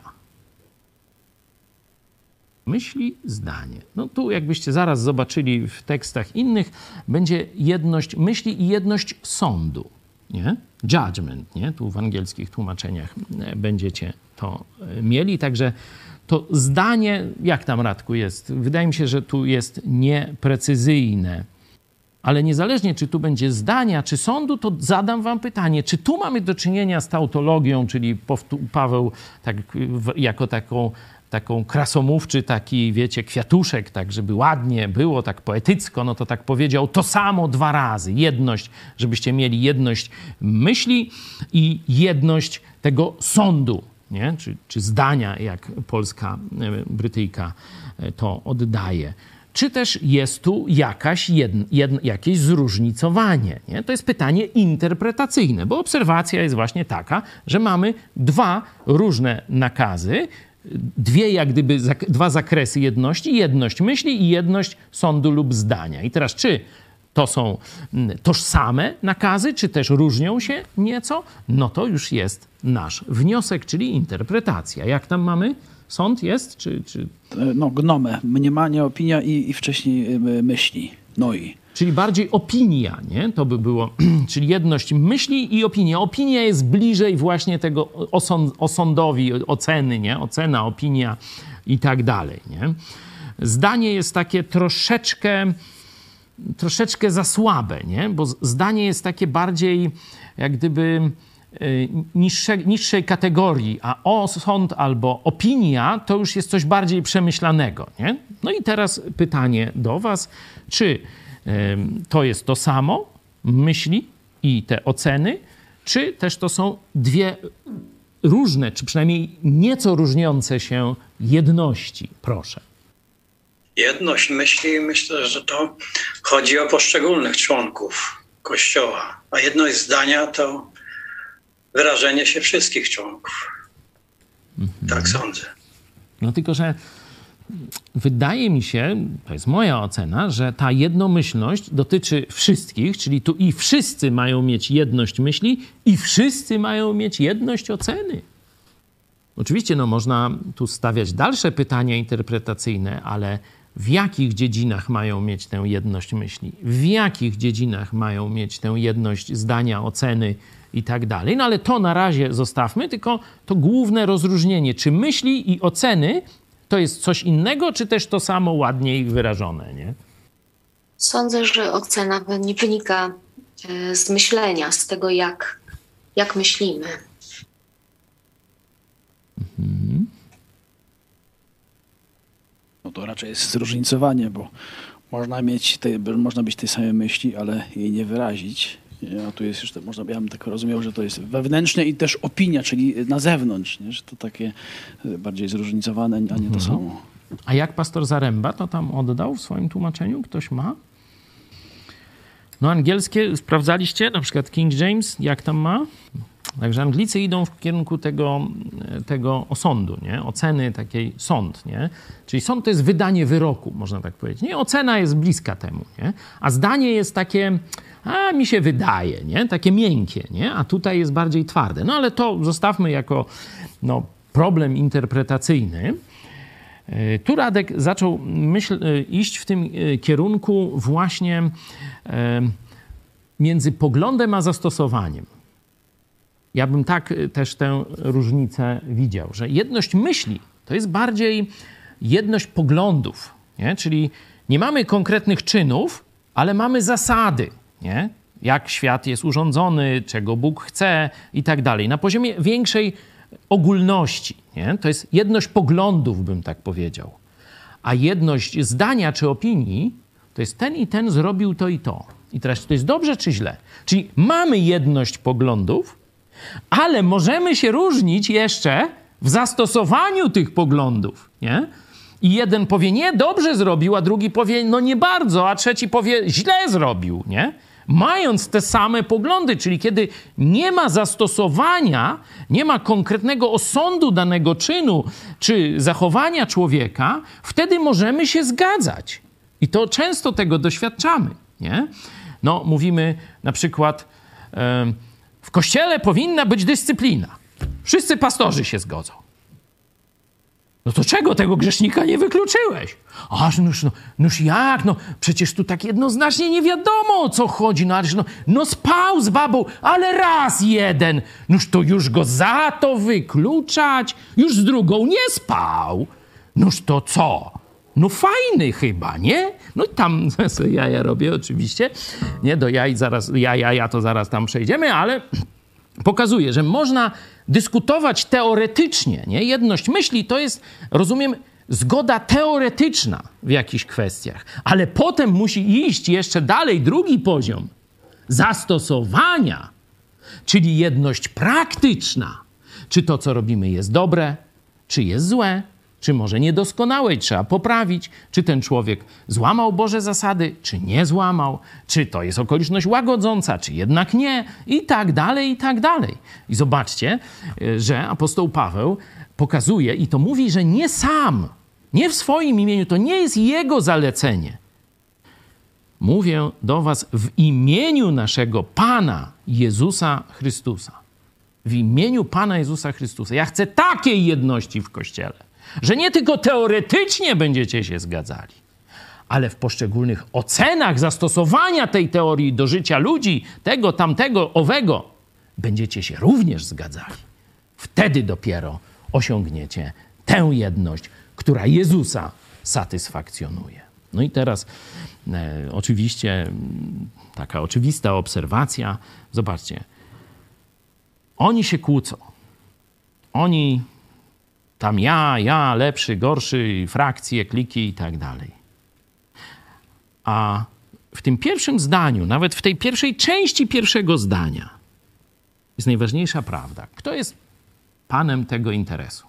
A: Myśli, zdanie. No tu jakbyście zaraz zobaczyli w tekstach innych, będzie jedność myśli i jedność sądu. Nie? Judgment, nie? Tu w angielskich tłumaczeniach będziecie to mieli. Także to zdanie, jak tam, Radku, jest? Wydaje mi się, że tu jest nieprecyzyjne. Ale niezależnie, czy tu będzie zdania, czy sądu, to zadam wam pytanie, czy tu mamy do czynienia z tautologią, czyli Paweł tak, jako taką krasomówczy, taki, wiecie, kwiatuszek, tak, żeby ładnie było, tak poetycko, no to tak powiedział to samo 2 razy. Jedność, żebyście mieli jedność myśli i jedność tego sądu, nie? Czy zdania, jak polska Brytyjka to oddaje. Czy też jest tu jakieś zróżnicowanie? Nie? To jest pytanie interpretacyjne, bo obserwacja jest właśnie taka, że mamy 2 różne nakazy, jak gdyby 2 zakresy jedności, jedność myśli i jedność sądu lub zdania. I teraz czy to są tożsame nakazy, czy też różnią się nieco? No to już jest nasz wniosek, czyli interpretacja. Jak tam mamy? Sąd jest? Czy...
B: No, gnome, mniemanie, opinia i wcześniej myśli. No i.
A: Czyli bardziej opinia, nie? To by było, czyli jedność myśli i opinia. Opinia jest bliżej właśnie tego osądowi, oceny, nie? Ocena, opinia i tak dalej, nie? Zdanie jest takie troszeczkę za słabe, nie? Bo zdanie jest takie bardziej jak gdyby niższej kategorii, a osąd albo opinia to już jest coś bardziej przemyślanego, nie? No i teraz pytanie do was, czy to jest to samo, myśli i te oceny, czy też to są 2 różne, czy przynajmniej nieco różniące się jedności? Proszę.
E: Jedność myśli, myślę, że to chodzi o poszczególnych członków Kościoła, a jedność zdania to wyrażenie się wszystkich członków. Tak sądzę.
A: No tylko, że wydaje mi się, to jest moja ocena, że ta jednomyślność dotyczy wszystkich, czyli tu i wszyscy mają mieć jedność myśli i wszyscy mają mieć jedność oceny. Oczywiście no, można tu stawiać dalsze pytania interpretacyjne, ale w jakich dziedzinach mają mieć tę jedność myśli? W jakich dziedzinach mają mieć tę jedność zdania, oceny i tak dalej? No ale to na razie zostawmy, tylko to główne rozróżnienie, czy myśli i oceny to jest coś innego, czy też to samo ładniej wyrażone, nie?
F: Sądzę, że ocena nie wynika z myślenia, z tego, jak myślimy.
B: No to raczej jest zróżnicowanie, bo można być tej samej myśli, ale jej nie wyrazić. A tu jest już, ja bym tak rozumiał, że to jest wewnętrzne i też opinia, czyli na zewnątrz, nie? Że to takie bardziej zróżnicowane, a nie to samo.
A: A jak pastor Zaręba to tam oddał w swoim tłumaczeniu? Ktoś ma? No angielskie sprawdzaliście? Na przykład King James, jak tam ma? Także Anglicy idą w kierunku tego osądu, nie? Oceny takiej sąd, nie? Czyli sąd to jest wydanie wyroku, można tak powiedzieć. Nie? Ocena jest bliska temu, nie? A zdanie jest takie, mi się wydaje, nie? Takie miękkie, nie? A tutaj jest bardziej twarde. No ale to zostawmy jako problem interpretacyjny. Tu Radek zaczął iść w tym kierunku właśnie między poglądem a zastosowaniem. Ja bym tak też tę różnicę widział, że jedność myśli to jest bardziej jedność poglądów, nie? Czyli nie mamy konkretnych czynów, ale mamy zasady, nie? Jak świat jest urządzony, czego Bóg chce i tak dalej. Na poziomie większej ogólności, nie? To jest jedność poglądów, bym tak powiedział. A jedność zdania czy opinii to jest ten i ten zrobił to i to. I teraz czy to jest dobrze czy źle? Czyli mamy jedność poglądów, ale możemy się różnić jeszcze w zastosowaniu tych poglądów, nie? I jeden powie, nie, dobrze zrobił, a drugi powie, no nie bardzo, a trzeci powie, źle zrobił, nie? Mając te same poglądy, czyli kiedy nie ma zastosowania, nie ma konkretnego osądu danego czynu czy zachowania człowieka, wtedy możemy się zgadzać. I to często tego doświadczamy, nie? No, mówimy na przykład, w Kościele powinna być dyscyplina. Wszyscy pastorzy się zgodzą. No to czego tego grzesznika nie wykluczyłeś? Noż jak? No przecież tu tak jednoznacznie nie wiadomo, o co chodzi. No spał z babą, ale raz jeden. Noż to już go za to wykluczać. Już z drugą nie spał. Noż to co? No fajny chyba, nie? No i tam jaja robię oczywiście. Nie, do jaj zaraz, ja to zaraz tam przejdziemy, ale pokazuje, że można dyskutować teoretycznie, nie? Jedność myśli to jest, rozumiem, zgoda teoretyczna w jakichś kwestiach, ale potem musi iść jeszcze dalej, drugi poziom zastosowania, czyli jedność praktyczna. Czy to, co robimy, jest dobre, czy jest złe, czy może niedoskonałe i trzeba poprawić, czy ten człowiek złamał Boże zasady, czy nie złamał, czy to jest okoliczność łagodząca, czy jednak nie, i tak dalej, i tak dalej. I zobaczcie, że apostoł Paweł pokazuje i to mówi, że nie sam, nie w swoim imieniu, to nie jest jego zalecenie. Mówię do was w imieniu naszego Pana Jezusa Chrystusa. W imieniu Pana Jezusa Chrystusa. Ja chcę takiej jedności w Kościele, że nie tylko teoretycznie będziecie się zgadzali, ale w poszczególnych ocenach zastosowania tej teorii do życia ludzi, tego, tamtego, owego, będziecie się również zgadzali. Wtedy dopiero osiągniecie tę jedność, która Jezusa satysfakcjonuje. No i teraz oczywiście taka oczywista obserwacja. Zobaczcie, oni się kłócą. Oni tam ja, lepszy, gorszy, frakcje, kliki i tak dalej. A w tym pierwszym zdaniu, nawet w tej pierwszej części pierwszego zdania jest najważniejsza prawda. Kto jest panem tego interesu?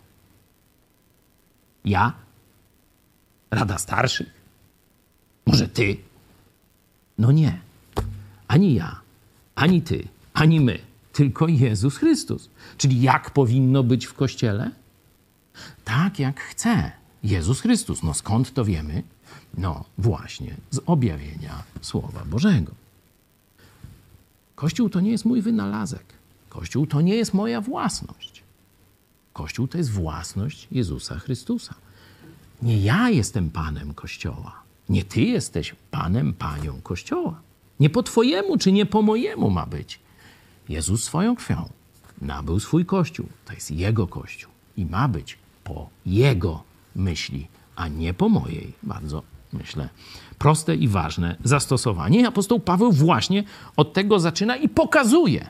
A: Ja? Rada Starszych? Może ty? No nie. Ani ja, ani ty, ani my. Tylko Jezus Chrystus. Czyli jak powinno być w Kościele? Tak, jak chce Jezus Chrystus. No skąd to wiemy? No właśnie z objawienia Słowa Bożego. Kościół to nie jest mój wynalazek. Kościół to nie jest moja własność. Kościół to jest własność Jezusa Chrystusa. Nie ja jestem panem Kościoła. Nie ty jesteś panem, panią Kościoła. Nie po twojemu czy nie po mojemu ma być. Jezus swoją krwią nabył swój Kościół. To jest Jego Kościół. I ma być po Jego myśli, a nie po mojej. Bardzo, myślę, proste i ważne zastosowanie. I apostoł Paweł właśnie od tego zaczyna i pokazuje,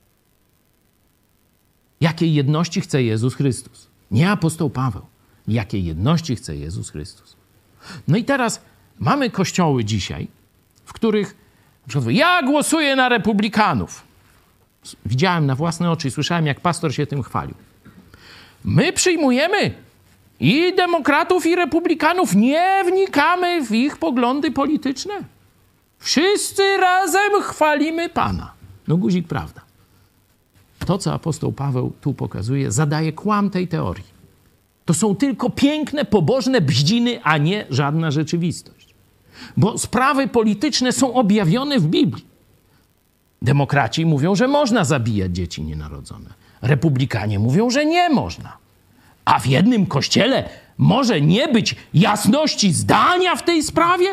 A: jakiej jedności chce Jezus Chrystus. Nie apostoł Paweł. Jakiej jedności chce Jezus Chrystus. No i teraz mamy kościoły dzisiaj, w których na przykład ja głosuję na republikanów. Widziałem na własne oczy i słyszałem, jak pastor się tym chwalił. My przyjmujemy i demokratów, i republikanów. Nie wnikamy w ich poglądy polityczne. Wszyscy razem chwalimy Pana. No guzik, prawda. To, co apostoł Paweł tu pokazuje, zadaje kłam tej teorii. To są tylko piękne, pobożne bździny, a nie żadna rzeczywistość. Bo sprawy polityczne są objawione w Biblii. Demokraci mówią, że można zabijać dzieci nienarodzone. Republikanie mówią, że nie można. A w jednym kościele może nie być jasności zdania w tej sprawie?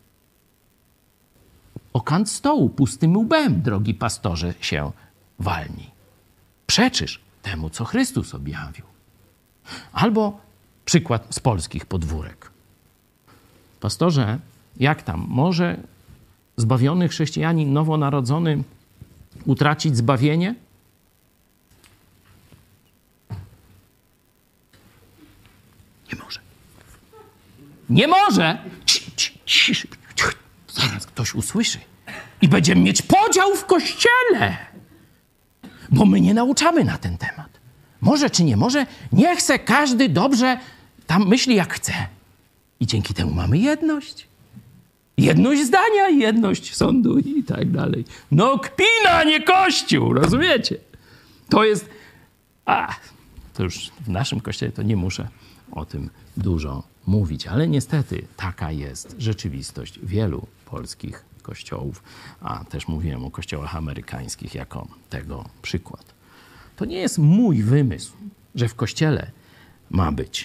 A: O kant stołu pustym łbem, drogi pastorze, się walni. Przeczysz temu, co Chrystus objawił. Albo przykład z polskich podwórek. Pastorze, jak tam? Może zbawiony chrześcijanin, nowonarodzony, utracić zbawienie? Nie może. Nie może! Cisz. Zaraz ktoś usłyszy. I będziemy mieć podział w Kościele. Bo my nie nauczamy na ten temat. Może czy nie może? Niech se każdy dobrze tam myśli jak chce. I dzięki temu mamy jedność. Jedność zdania, jedność sądu i tak dalej. No kpina, nie Kościół, rozumiecie? To jest... to już w naszym Kościele to nie muszę o tym dużo mówić, ale niestety taka jest rzeczywistość wielu polskich kościołów, a też mówiłem o kościołach amerykańskich jako tego przykład. To nie jest mój wymysł, że w Kościele ma być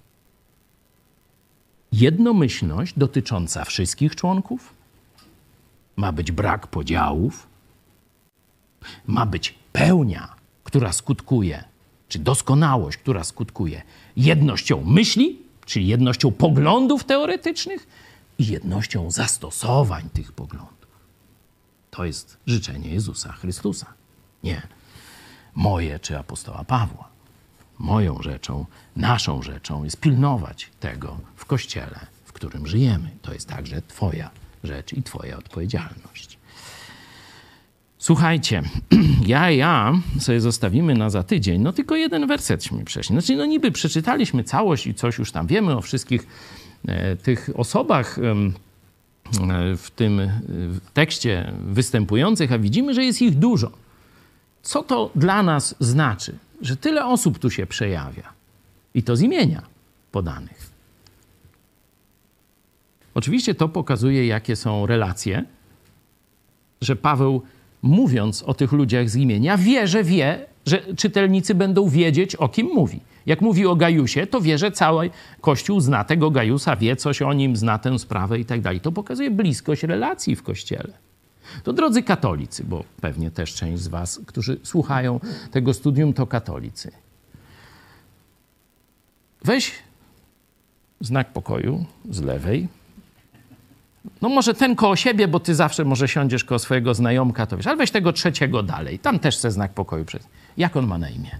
A: jednomyślność dotycząca wszystkich członków, ma być brak podziałów, ma być pełnia, która skutkuje, czy doskonałość, która skutkuje jednością myśli, czyli jednością poglądów teoretycznych i jednością zastosowań tych poglądów. To jest życzenie Jezusa Chrystusa. Nie moje czy apostoła Pawła. Moją rzeczą, naszą rzeczą jest pilnować tego w Kościele, w którym żyjemy. To jest także twoja rzecz i twoja odpowiedzialność. Słuchajcie, ja sobie zostawimy na za tydzień, no tylko jeden wersetśmy przeszli. Znaczy, no niby przeczytaliśmy całość i coś już tam wiemy o wszystkich tych osobach w tym tekście występujących, a widzimy, że jest ich dużo. Co to dla nas znaczy? Że tyle osób tu się przejawia. I to z imienia podanych. Oczywiście to pokazuje, jakie są relacje, że Paweł, mówiąc o tych ludziach z imienia, wie, że czytelnicy będą wiedzieć, o kim mówi. Jak mówi o Gajusie, to wie, że cały Kościół zna tego Gajusa, wie coś o nim, zna tę sprawę i tak dalej. To pokazuje bliskość relacji w Kościele. To drodzy katolicy, bo pewnie też część z was, którzy słuchają tego studium, to katolicy. Weź znak pokoju z lewej. No może ten koło siebie, bo ty zawsze może siądziesz koło swojego znajomka, to wiesz, ale weź tego trzeciego dalej. Tam też chce znak pokoju. Jak on ma na imię?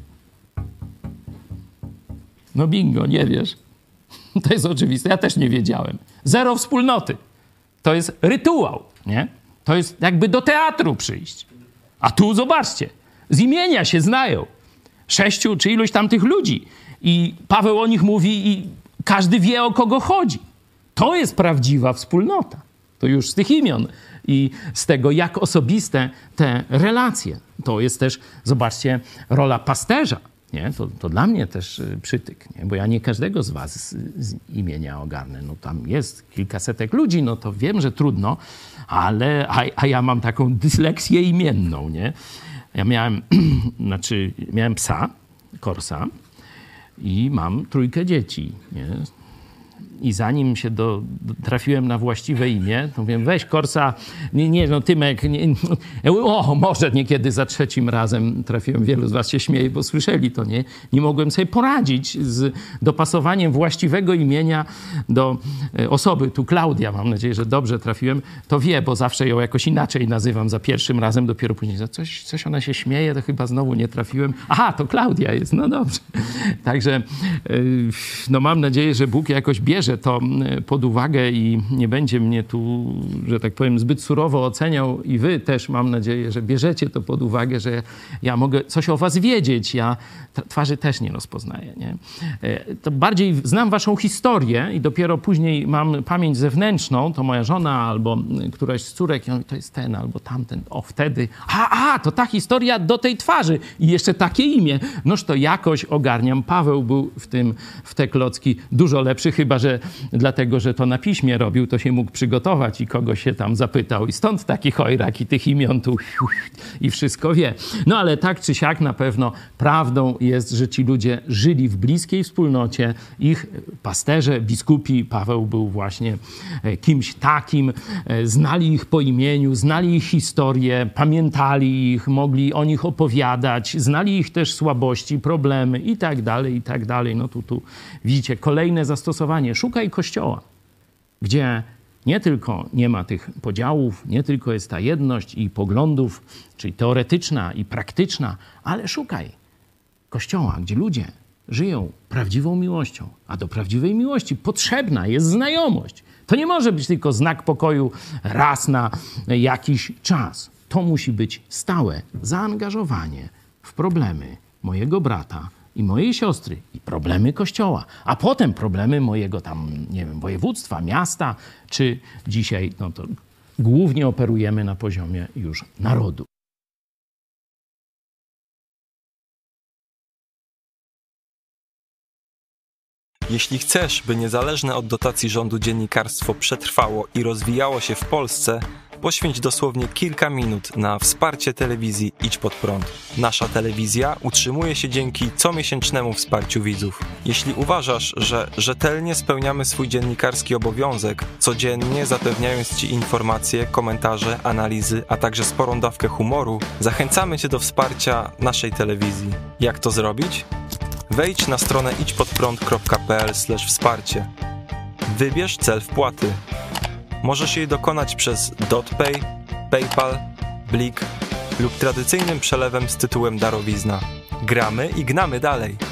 A: No bingo, nie wiesz. To jest oczywiste, ja też nie wiedziałem. Zero wspólnoty. To jest rytuał, nie? To jest jakby do teatru przyjść. A tu zobaczcie, z imienia się znają. 6 czy iluś tam tych ludzi. I Paweł o nich mówi i każdy wie, o kogo chodzi. To jest prawdziwa wspólnota. To już z tych imion i z tego, jak osobiste te relacje. To jest też, zobaczcie, rola pasterza. Nie? To dla mnie też przytyk, nie? Bo ja nie każdego z was z imienia ogarnę. No tam jest kilkasetek ludzi, no to wiem, że trudno, ale ja mam taką dysleksję imienną, nie? Ja miałem psa, Korsa i mam 3 dzieci, nie? I zanim się trafiłem na właściwe imię, to mówię, weź Korsa, no Tymek, może niekiedy za 3 razem trafiłem, wielu z was się śmieje, bo słyszeli to, nie? Nie mogłem sobie poradzić z dopasowaniem właściwego imienia do osoby. Tu Klaudia, mam nadzieję, że dobrze trafiłem, to wie, bo zawsze ją jakoś inaczej nazywam za pierwszym razem, dopiero później za coś ona się śmieje, to chyba znowu nie trafiłem. Aha, to Klaudia jest, no dobrze. Także no mam nadzieję, że Bóg jakoś bierze to pod uwagę i nie będzie mnie tu, że tak powiem, zbyt surowo oceniał i wy też mam nadzieję, że bierzecie to pod uwagę, że ja mogę coś o was wiedzieć. Ja twarzy też nie rozpoznaję, nie? To bardziej znam waszą historię i dopiero później mam pamięć zewnętrzną, to moja żona albo któraś z córek, to jest ten albo tamten, wtedy, to ta historia do tej twarzy i jeszcze takie imię. Noż to jakoś ogarniam. Paweł był w te klocki dużo lepszy, chyba że dlatego, że to na piśmie robił, to się mógł przygotować i kogoś się tam zapytał. I stąd taki chojrak i tych imion tu i wszystko wie. No ale tak czy siak na pewno prawdą jest, że ci ludzie żyli w bliskiej wspólnocie. Ich pasterze, biskupi, Paweł był właśnie kimś takim, znali ich po imieniu, znali ich historię, pamiętali ich, mogli o nich opowiadać, znali ich też słabości, problemy i tak dalej, i tak dalej. No tu widzicie kolejne zastosowanie. Szukaj Kościoła, gdzie nie tylko nie ma tych podziałów, nie tylko jest ta jedność i poglądów, czyli teoretyczna i praktyczna, ale szukaj Kościoła, gdzie ludzie żyją prawdziwą miłością, a do prawdziwej miłości potrzebna jest znajomość. To nie może być tylko znak pokoju raz na jakiś czas. To musi być stałe zaangażowanie w problemy mojego brata i mojej siostry i problemy Kościoła, a potem problemy mojego tam, nie wiem, województwa, miasta, czy dzisiaj, no to głównie operujemy na poziomie już narodu.
G: Jeśli chcesz, by niezależne od dotacji rządu dziennikarstwo przetrwało i rozwijało się w Polsce, poświęć dosłownie kilka minut na wsparcie telewizji Idź Pod Prąd. Nasza telewizja utrzymuje się dzięki comiesięcznemu wsparciu widzów. Jeśli uważasz, że rzetelnie spełniamy swój dziennikarski obowiązek, codziennie zapewniając Ci informacje, komentarze, analizy, a także sporą dawkę humoru, zachęcamy Cię do wsparcia naszej telewizji. Jak to zrobić? Wejdź na stronę idźpodprąd.pl/wsparcie. Wybierz cel wpłaty. Możesz jej dokonać przez DotPay, PayPal, Blik lub tradycyjnym przelewem z tytułem darowizna. Gramy i gnamy dalej!